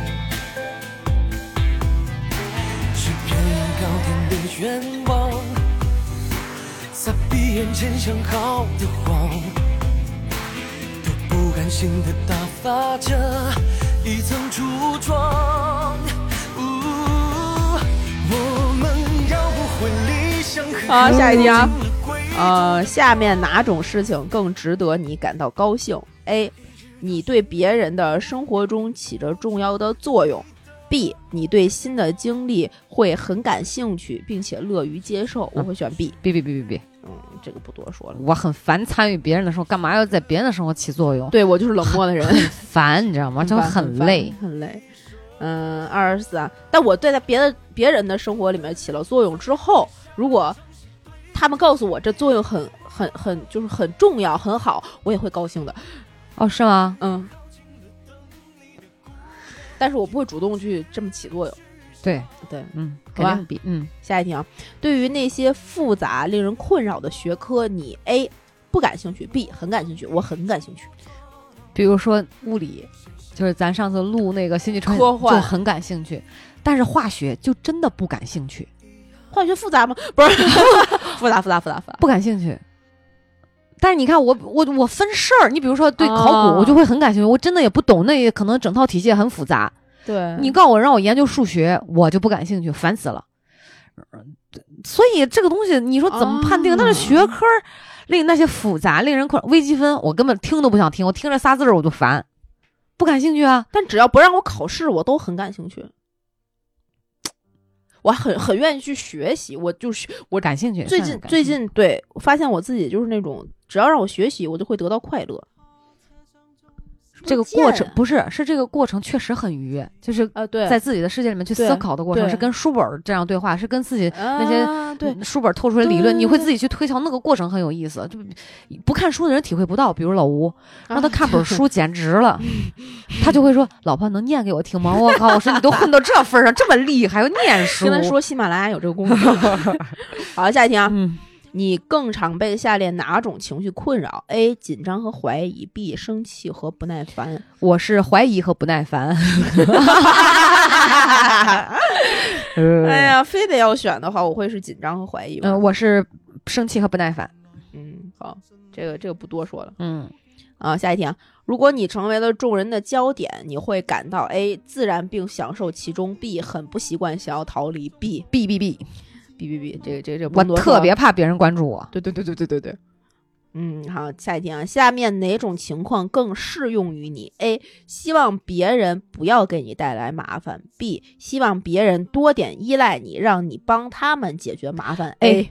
是别人高天的愿望，在闭眼前想好的谎，都不甘心的打发着一层橱窗。我们要不回理想和好，下一题啊。呃，下面哪种事情更值得你感到高兴 ？A. 你对别人的生活中起着重要的作用。B. 你对新的经历会很感兴趣，并且乐于接受。我会选 B。 B B B B B。 嗯，这个不多说了。 我很烦参与别人的生活，干嘛要在别人的生活起作用？ 对，我就是冷漠的人， 很烦，你知道吗？就很累， 很累。嗯，二十四啊。但我对在别的别人的生活里面起了作用之后，如果他们告诉我这作用很很很就是很重要很好，我也会高兴的。 哦，是吗？ 嗯。但是我不会主动去这么起作用。 对对， 嗯，肯定比嗯。 下一题啊，对于那些复杂令人困扰的学科，你 A 不感兴趣 ，B 很感兴趣。我很感兴趣。 比如说物理，就是咱上次录那个星际穿越科幻就很感兴趣，但是化学就真的不感兴趣。 化学复杂吗？不是，复杂复杂复杂复杂， 不感兴趣。但是你看我我我分事儿，你比如说对考古、 哦、 我就会很感兴趣，我真的也不懂，那也可能整套体系很复杂。 对， 你告诉我让我研究数学，我就不感兴趣，烦死了。所以这个东西你说怎么判定？哦、但是学科令那些复杂令人困微积分，我根本听都不想听，我听着仨字儿我就烦，不感兴趣啊。 但只要不让我考试，我都很感兴趣。我很很愿意去学习，我就是我感兴趣。 最近最近对我发现我自己就是那种，只要让我学习，我就会得到快乐。 这个过程不是，是这个过程确实很愉悦，就是呃，对， 在自己的世界里面去思考的过程，是跟书本这样对话，是跟自己那些、 啊、对书本透出来的理论，你会自己去推敲，那个过程很有意思。就不看书的人体会不到，比如老吴，让他看本书简直了，啊、他就会说：“老婆能念给我听吗？”我靠！我说你都混到这份上，这么厉害，还要念书。 跟他说喜马拉雅有这个功能。好，下一题啊。 嗯。 你更常被下列哪种情绪困扰 ？A. 紧张和怀疑 B. 生气和不耐烦。 我是怀疑和不耐烦。 哎呀，非得要选的话，我会是紧张和怀疑吧。 嗯、呃，我是生气和不耐烦。 嗯，好，这个这个不多说了。 嗯， 啊，下一题啊，如果你成为了众人的焦点，你会感到 A. 自然并享受其中 ，B. 很不习惯，想要逃离 ，B B B B。 B B B， 这个这个这个， 我特别怕别人关注我。 对对对对对对对。嗯，好，下一题啊，下面哪种情况更适用于你 ？A. 希望别人不要给你带来麻烦 ；B. 希望别人多点依赖你，让你帮他们解决麻烦。A。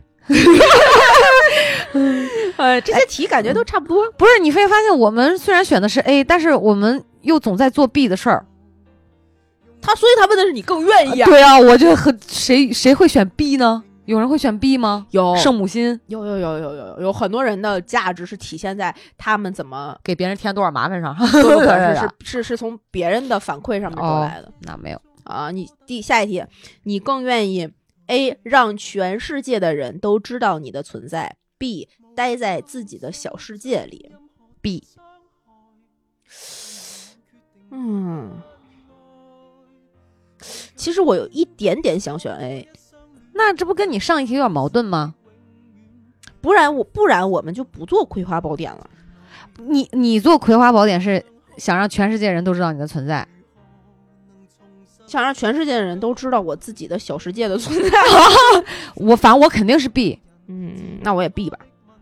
呃，这些题感觉都差不多。 不是，你会发现我们虽然选的是 A， 但是我们又总在做 B 的事儿。 他所以他问的是你更愿意啊？ 对啊，我就和谁谁会选 B 呢？有人会选 B 吗？ 有圣母心， 有有有有有有很多人的价值是体现在他们怎么给别人添多少麻烦上， 对对对，是是是从别人的反馈上面得来的。 哦、那没有啊，你第下一题，你更愿意 A 让全世界的人都知道你的存在 ，B 待在自己的小世界里 ，B。 嗯。其实我有一点点想选 A， 那这不跟你上一题有点矛盾吗？ 不然我不然我们就不做葵花宝典了。 你你做葵花宝典是想让全世界人都知道你的存在， 想让全世界的人都知道我自己的小世界的存在。 我反正我肯定是 B。 嗯，那我也 B 吧。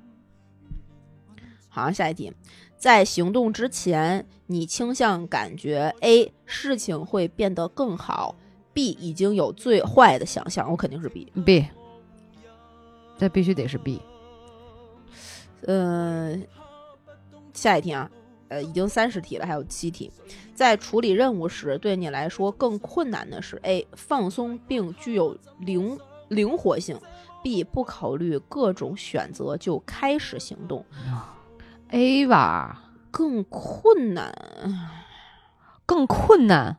好，下一题。在行动之前，你倾向感觉 A 事情会变得更好 ，B 已经有最坏的想象。我肯定是 B。 B， 这必须得是 B。 呃，下一题啊， 呃，已经三十题了，还有七题。在处理任务时，对你来说更困难的是 A 放松并具有灵灵活性 ，B 不考虑各种选择就开始行动。 A 吧， 更困难， 更困难。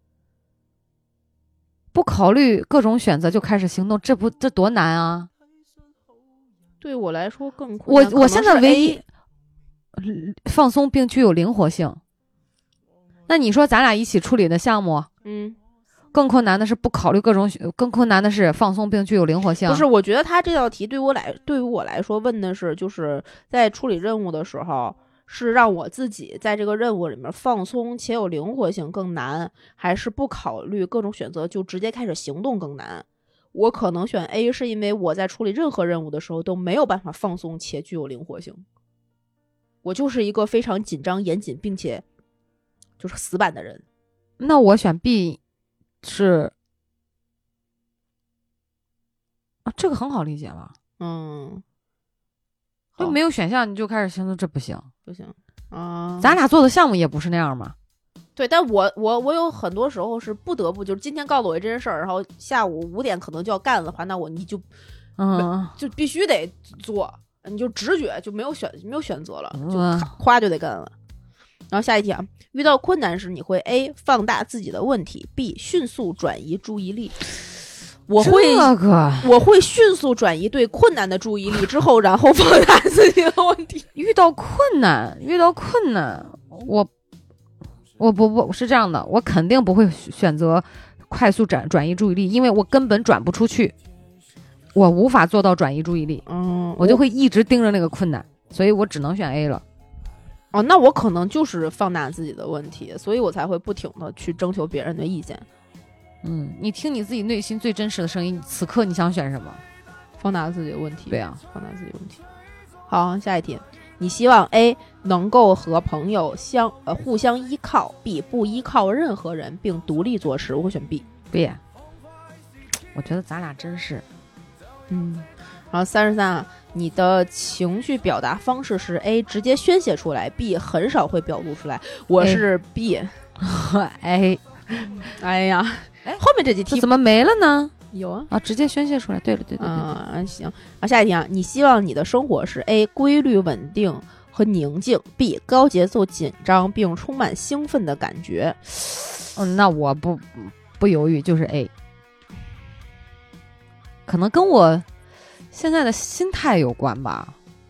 不考虑各种选择就开始行动，这不这多难啊！ 对我来说更困难。 我我现在唯一放松并具有灵活性。那你说咱俩一起处理的项目， 嗯， 更困难的是不考虑各种，更困难的是放松并具有灵活性。 不是，我觉得他这道题对我来，对于我来说问的是，就是在处理任务的时候，是让我自己在这个任务里面放松且有灵活性更难，还是不考虑各种选择就直接开始行动更难？我可能选 A， 是因为我在处理任何任务的时候都没有办法放松且具有灵活性。我就是一个非常紧张严谨并且就是死板的人。 那我选 B 是啊，这个很好理解了。 嗯， 就没有选项你就开始行动，这不行不行啊！ 咱俩做的项目也不是那样嘛。 对，但我我我有很多时候是不得不，就是今天告诉我这件事儿，然后下午五点可能就要干的话，那我你就嗯就必须得做，你就直觉就没有选没有选择了，就嗯夸就得干了。然后下一题啊，遇到困难时你会 A 放大自己的问题 ，B 迅速转移注意力。我会这个我会迅速转移对困难的注意力之后，然后放大自己的问题。 遇到困难，遇到困难，我我不不是这样的，我肯定不会选择快速转转移注意力，因为我根本转不出去，我无法做到转移注意力， 嗯， 我就会一直盯着那个困难，所以我只能选 A 了。 哦，那我可能就是放大自己的问题，所以我才会不停的去征求别人的意见。 嗯，你听你自己内心最真实的声音，此刻你想选什么？ 放大自己的问题。 对啊， 放大自己的问题。好，下一题，你希望 A 能够和朋友相呃互相依靠 ，B 不依靠任何人并独立做事。我会选 B。 B。我觉得咱俩真是， 嗯。然后三十三啊，你的情绪表达方式是 A 直接宣泄出来 ，B 很少会表露出来。我是 B。 哎， 哎呀， 哎， 后面这几题怎么没了呢？ 有啊啊，直接宣泄出来。对了，对对对。 啊，行。啊，下一题啊，你希望你的生活是 A 规律稳定和宁静 ，B 高节奏紧张并充满兴奋的感觉。 嗯，那我不不犹豫，就是 A。可能跟我现在的心态有关吧。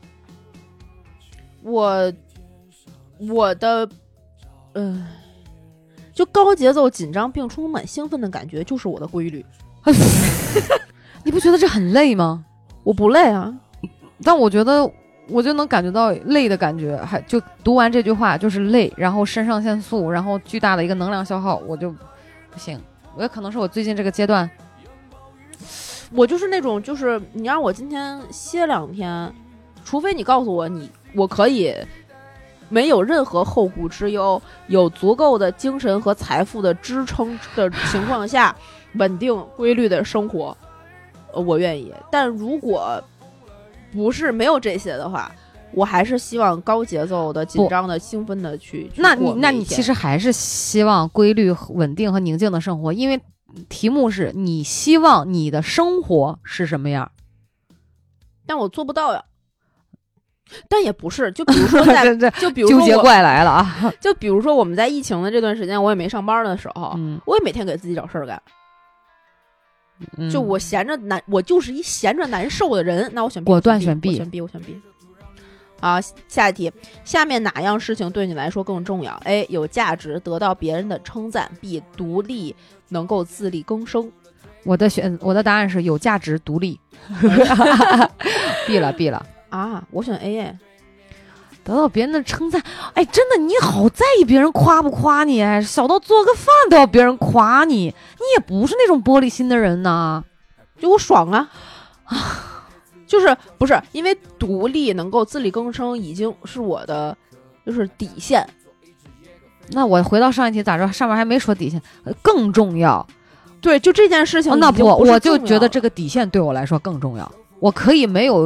我我的嗯、呃，就高节奏紧张并充满兴奋的感觉就是我的规律。 你不觉得这很累吗？ 我不累啊， 但我觉得我就能感觉到累的感觉，还就读完这句话就是累，然后肾上腺素，然后巨大的一个能量消耗，我就不行。我也可能是我最近这个阶段， 我就是那种，就是你让我今天歇两天，除非你告诉我你我可以没有任何后顾之忧，有足够的精神和财富的支撑的情况下，稳定规律的生活，呃，我愿意。但如果不是没有这些的话，我还是希望高节奏的、紧张的、兴奋的去。去那你那你其实还是希望规律、稳定和宁静的生活，因为题目是你希望你的生活是什么样， 但我做不到呀。但也不是，就比如说在，就比如说纠结怪来了啊！ 就比如说我们在疫情的这段时间，我也没上班的时候， 嗯、 我也每天给自己找事儿干。 嗯、 就我闲着难，我就是一闲着难受的人，那我选 B， 果断选 B， 我选 B， 我选 B。好，下一题，下面哪样事情对你来说更重要 ？A 有价值，得到别人的称赞 ；B 独立，能够自力更生。 我的选我的答案是有价值、独立。B 了 B 了。 啊，我选 A 哎， 得到别人的称赞，哎，真的你好在意别人夸不夸你，哎，小到做个饭都要别人夸你，你也不是那种玻璃心的人呐， 就我爽啊，就是不是因为独立能够自力更生已经是我的就是底线。 那我回到上一题咋着？上面还没说底线，更重要。 对，就这件事情、 哦，那不，我就觉得这个底线对我来说更重要。我可以没有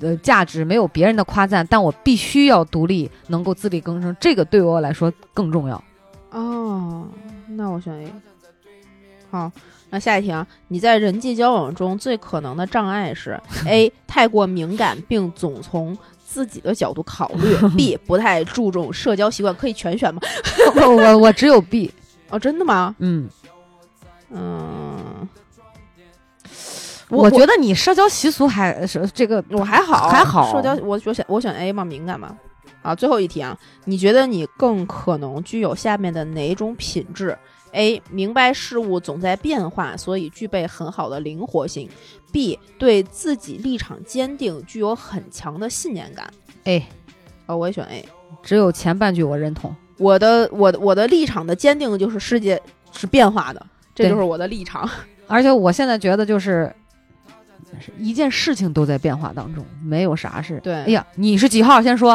呃价值，没有别人的夸赞，但我必须要独立，能够自力更生，这个对我来说更重要。 哦，那我选 A。好，那下一题啊，你在人际交往中最可能的障碍是 A 太过敏感并总从自己的角度考虑，B 不太注重社交习惯，可以全选吗？ 我我我只有 B。 哦，真的吗？ 嗯嗯。 我, 我觉得你社交习俗还是这个我还好还好， 社交我我选我选 A 嘛，敏感嘛。啊，最后一题啊，你觉得你更可能具有下面的哪种品质 ？A 明白事物总在变化，所以具备很好的灵活性。B 对自己立场坚定，具有很强的信念感。 A 哦，我也选 A。 只有前半句我认同。 我的我的我的立场的坚定就是世界是变化的，这就是我的立场。 而且我现在觉得就是一件事情都在变化当中，没有啥事。 对， 哎呀，你是几号？先说。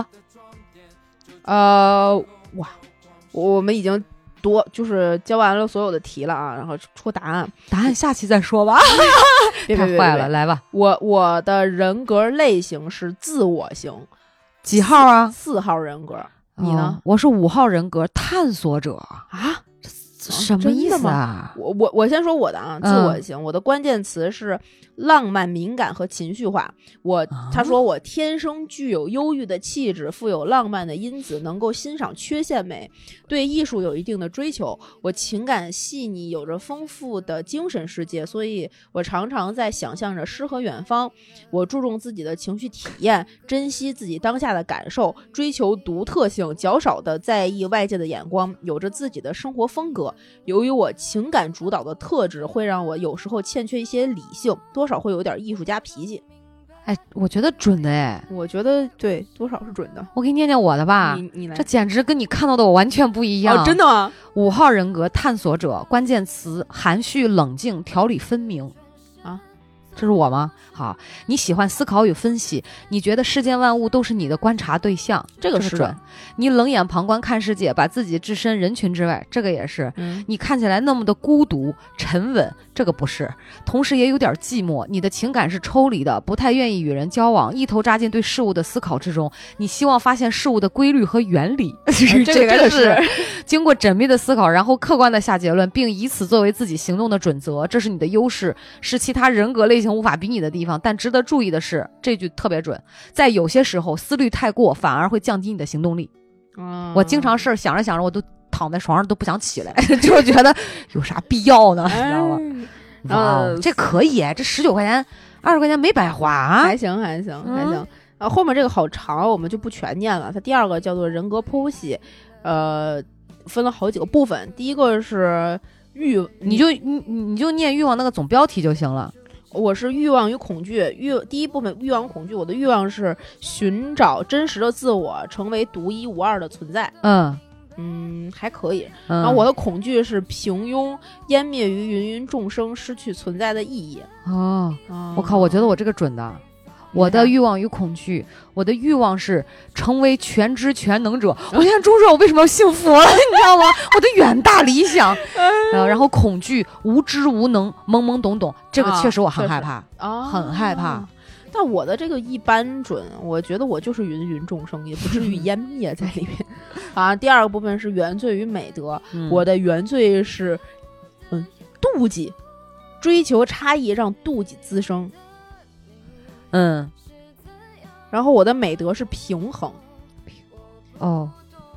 呃，哇，我们已经多就是教完了所有的题了啊，然后出答案。 答案下期再说吧。 别别别， 太坏了，来吧。 我我的人格类型是自我型， 几号啊？ 四号人格。你呢？ 哦、我是五号人格，探索者啊。 什么意思啊？ 我我我先说我的啊，自我型，嗯、我的关键词是浪漫、敏感和情绪化。我、啊、他说我天生具有忧郁的气质，富有浪漫的因子，能够欣赏缺陷美，对艺术有一定的追求。我情感细腻，有着丰富的精神世界，所以我常常在想象着诗和远方。我注重自己的情绪体验，珍惜自己当下的感受，追求独特性，较少的在意外界的眼光，有着自己的生活风格。由于我情感主导的特质，会让我有时候欠缺一些理性，多少会有点艺术家脾气。 哎，我觉得准的哎， 我觉得对，多少是准的。 我给你念念我的吧， 你你来， 这简直跟你看到的我完全不一样。 哦，真的吗？ 五号人格探索者，关键词含蓄、冷静、条理分明。 啊， 这是我吗？好，你喜欢思考与分析，你觉得世间万物都是你的观察对象， 这个是准。你冷眼旁观看世界，把自己置身人群之外，这个也是。 嗯、 你看起来那么的孤独沉稳，这个不是。同时也有点寂寞，你的情感是抽离的，不太愿意与人交往，一头扎进对事物的思考之中。你希望发现事物的规律和原理， 啊、这个是经过缜密的思考，然后客观的下结论，并以此作为自己行动的准则，这是你的优势，是其他人格类型无法比拟的地方。但值得注意的是，这句特别准，在有些时候思虑太过反而会降低你的行动力。 嗯、 我经常事儿想着想着我都躺在床上都不想起来，就觉得有啥必要呢， 哎、 你知道吗？哇、呃，这可以，这十九块钱二十块钱没白花啊， 还行还行还行、嗯、啊，后面这个好长，我们就不全念了。它第二个叫做人格剖析，呃分了好几个部分。第一个是欲， 你就你你就念欲望那个总标题就行了。 我是欲望与恐惧，欲第一部分欲望恐惧，我的欲望是寻找真实的自我，成为独一无二的存在。 嗯嗯，还可以。 嗯、 然后我的恐惧是平庸，湮灭于芸芸众生，失去存在的意义。 哦，哦我靠，我觉得我这个准的。我的欲望与恐惧，我的欲望是成为全知全能者。我现在终于知道我为什么要幸福了，你知道吗？我的远大理想。呃，然后恐惧，无知无能，懵懵懂懂，这个确实我很害怕， 啊、 很害怕。 但我的这个一般准，我觉得我就是芸芸众生，也不至于湮灭在里面。啊，第二个部分是原罪与美德， 嗯、 我的原罪是，嗯，妒忌，追求差异，让妒忌滋生。 嗯， 然后我的美德是平衡。 哦，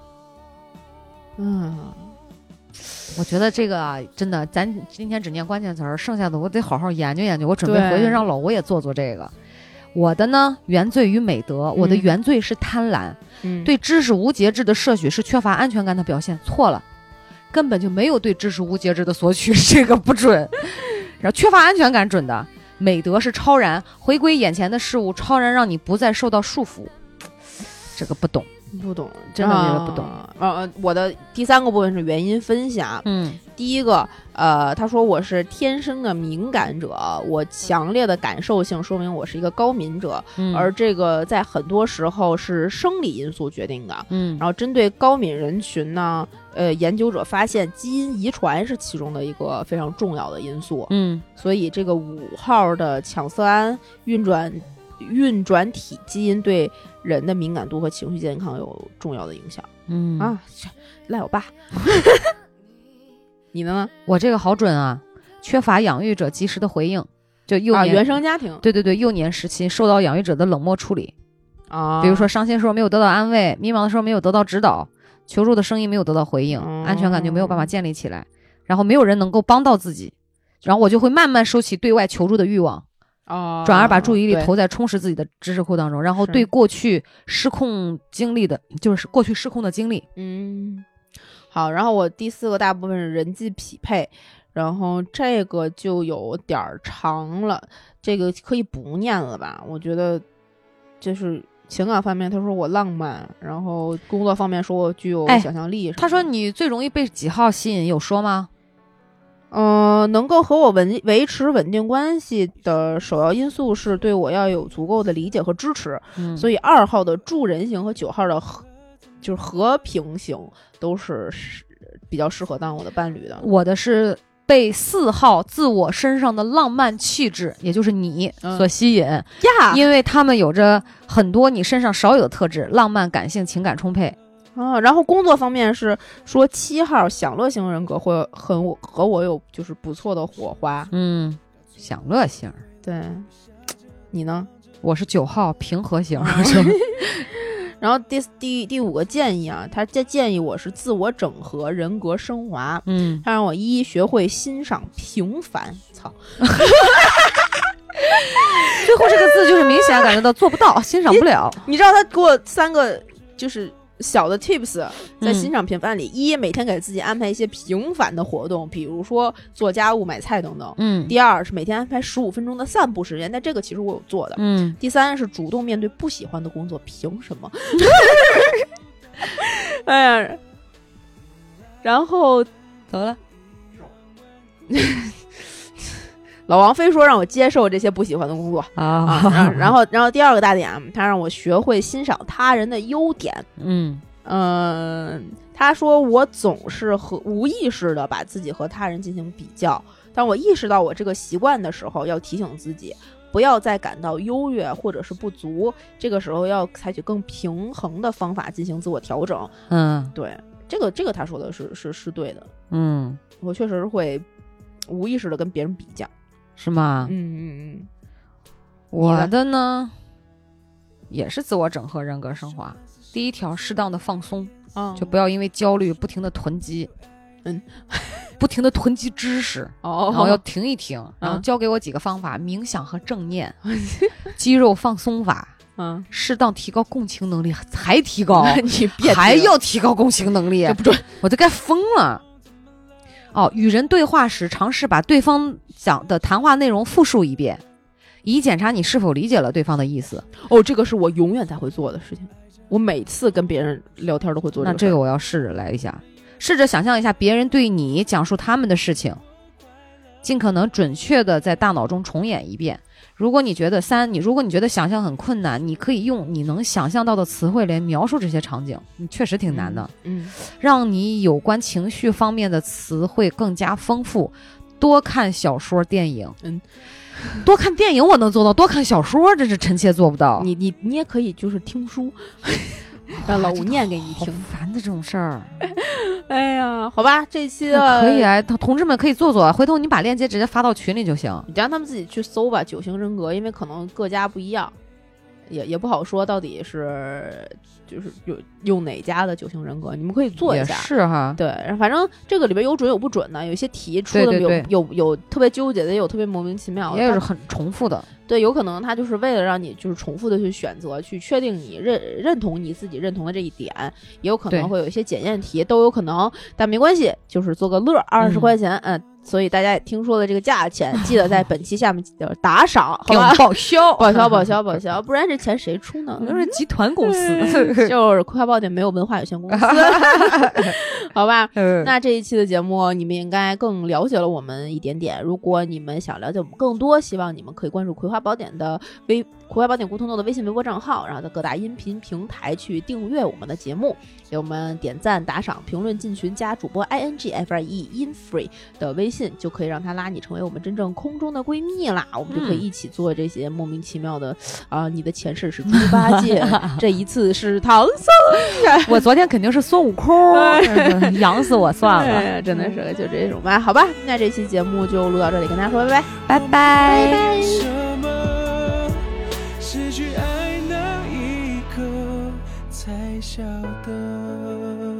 嗯， 我觉得这个啊，真的，咱今天只念关键词儿，剩下的我得好好研究研究。我准备回去让老吴也做做这个。我的呢，原罪与美德，我的原罪是贪婪， 嗯， 对知识无节制的摄取是缺乏安全感的表现，错了，根本就没有对知识无节制的索取，这个不准。然后缺乏安全感准的。美德是超然，回归眼前的事物，超然让你不再受到束缚。这个不懂， 不懂， 真的觉得不懂。 呃、啊，我的第三个部分是原因分享。 嗯， 第一个，呃，他说我是天生的敏感者，我强烈的感受性说明我是一个高敏者， 嗯、 而这个在很多时候是生理因素决定的。 嗯， 然后针对高敏人群呢，呃，研究者发现基因遗传是其中的一个非常重要的因素。 嗯， 所以这个五号的羟色胺运转运转体基因对人的敏感度和情绪健康有重要的影响。 嗯啊，赖我爸。你呢？ 我这个好准啊，缺乏养育者及时的回应，就幼年、 啊、原生家庭， 对对对，幼年时期受到养育者的冷漠处理啊， 比如说伤心时候没有得到安慰，迷茫的时候没有得到指导，求助的声音没有得到回应， 哦、 安全感就没有办法建立起来，然后没有人能够帮到自己，然后我就会慢慢收起对外求助的欲望。 哦， 转而把注意力投在充实自己的知识库当中，然后对过去失控经历的，就是过去失控的经历。 嗯，好，然后我第四个大部分是人际匹配，然后这个就有点长了，这个可以不念了吧？我觉得就是情感方面，他说我浪漫，然后工作方面说我具有想象力、哎。 他说你最容易被几号吸引？有说吗？ 嗯、呃，能够和我稳维持稳定关系的首要因素是对我要有足够的理解和支持。 嗯， 所以二号的助人型和九号的和就是和平型都是比较适合当我的伴侣的。 我的是被四号自我身上的浪漫气质，也就是你所吸引呀、 嗯， 因为他们有着很多你身上少有的特质，浪漫、感性、情感充沛。 啊，然后工作方面是说七号享乐型人格会很我和我有就是不错的火花。 嗯，享乐型。 对，你呢？ 我是九号平和型。 然后第第第五个建议啊，他建建议我是自我整合，人格升华。 嗯， 他让我一学会欣赏平凡。操， 最后这个字就是明显感觉到做不到，欣赏不了。 你知道他给我三个就是小的 tips， 在欣赏平凡里，嗯、一每天给自己安排一些平凡的活动，比如说做家务、买菜等等。 嗯。 第二是每天安排十五分钟的散步时间，但这个其实我有做的。 嗯。 第三是主动面对不喜欢的工作，凭什么？哎呀，然后怎么了？ 老王非说让我接受这些不喜欢的工作啊，啊然后然后第二个大点，他让我学会欣赏他人的优点。 嗯嗯、呃，他说我总是和无意识的把自己和他人进行比较，当我意识到我这个习惯的时候，要提醒自己不要再感到优越或者是不足，这个时候要采取更平衡的方法进行自我调整。 嗯， 对，这个这个他说的是是是对的。 嗯， 我确实会无意识的跟别人比较。 是吗？ 嗯嗯嗯， 我的呢也是自我整合，人格升华。第一条，适当的放松， 哦、 就不要因为焦虑不停的囤积， 嗯， 不停的囤积知识， 哦， 然后要停一停，然后教给我几个方法：冥想和正念，肌肉放松法， 嗯， 适当提高共情能力，还提高， 你别还要提高共情能力， 这不准， 我都该疯了。哦，与人对话时，尝试把对方讲的谈话内容复述一遍，以检查你是否理解了对方的意思。 哦，这个是我永远才会做的事情，我每次跟别人聊天都会做这个。 那这个我要试着来一下，试着想象一下别人对你讲述他们的事情，尽可能准确的在大脑中重演一遍。如果你觉得三，你如果你觉得想象很困难，你可以用你能想象到的词汇来描述这些场景，你确实挺难的。 嗯，嗯让你有关情绪方面的词汇更加丰富。多看小说、电影。 嗯， 多看电影我能做到，多看小说这是臣妾做不到。 你你你也可以就是听书，让老吴念给你听。 好烦的这种事儿。 哎呀，好吧，这期可以啊，同志们可以做做，回头你把链接直接发到群里就行， 你让他们自己去搜吧。九型人格，因为可能各家不一样，也也不好说到底是就是有用哪家的九型人格，你们可以做一下。 也是哈， 对，反正这个里边有准有不准的，有些题出的有对对对有有特别纠结的，也有特别莫名其妙的， 也是很重复的。 对，有可能他就是为了让你就是重复的去选择，去确定你认认同你自己认同的这一点，也有可能会有一些检验题，都有可能，但没关系，就是做个乐，二十块钱，嗯。嗯所以大家也听说了这个价钱，记得在本期下面打赏，好吧？ 报销， 报销，报销，报销，不然这钱谁出呢？ 都是集团公司， 就是葵花宝典没有文化有限公司，好吧？ 嗯、 那这一期的节目，你们应该更了解了我们一点点。如果你们想了解我们更多，希望你们可以关注葵花宝典的微苦瓜宝典咕咚咚的微信微博账号，然后在各大音频平台去订阅我们的节目，给我们点赞、打赏、评论、进群，加主播 I N G F R E infree 的微信，就可以让他拉你成为我们真正空中的闺蜜啦。我们就可以一起做这些莫名其妙的啊、呃，你的前世是猪八戒，这一次是唐僧， 我昨天肯定是孙悟空，养死我算了， 哎、真的是就这种吧。好吧，那这期节目就录到这里，跟大家说拜拜， 拜拜， 拜拜。 什么失去爱那一刻才晓得。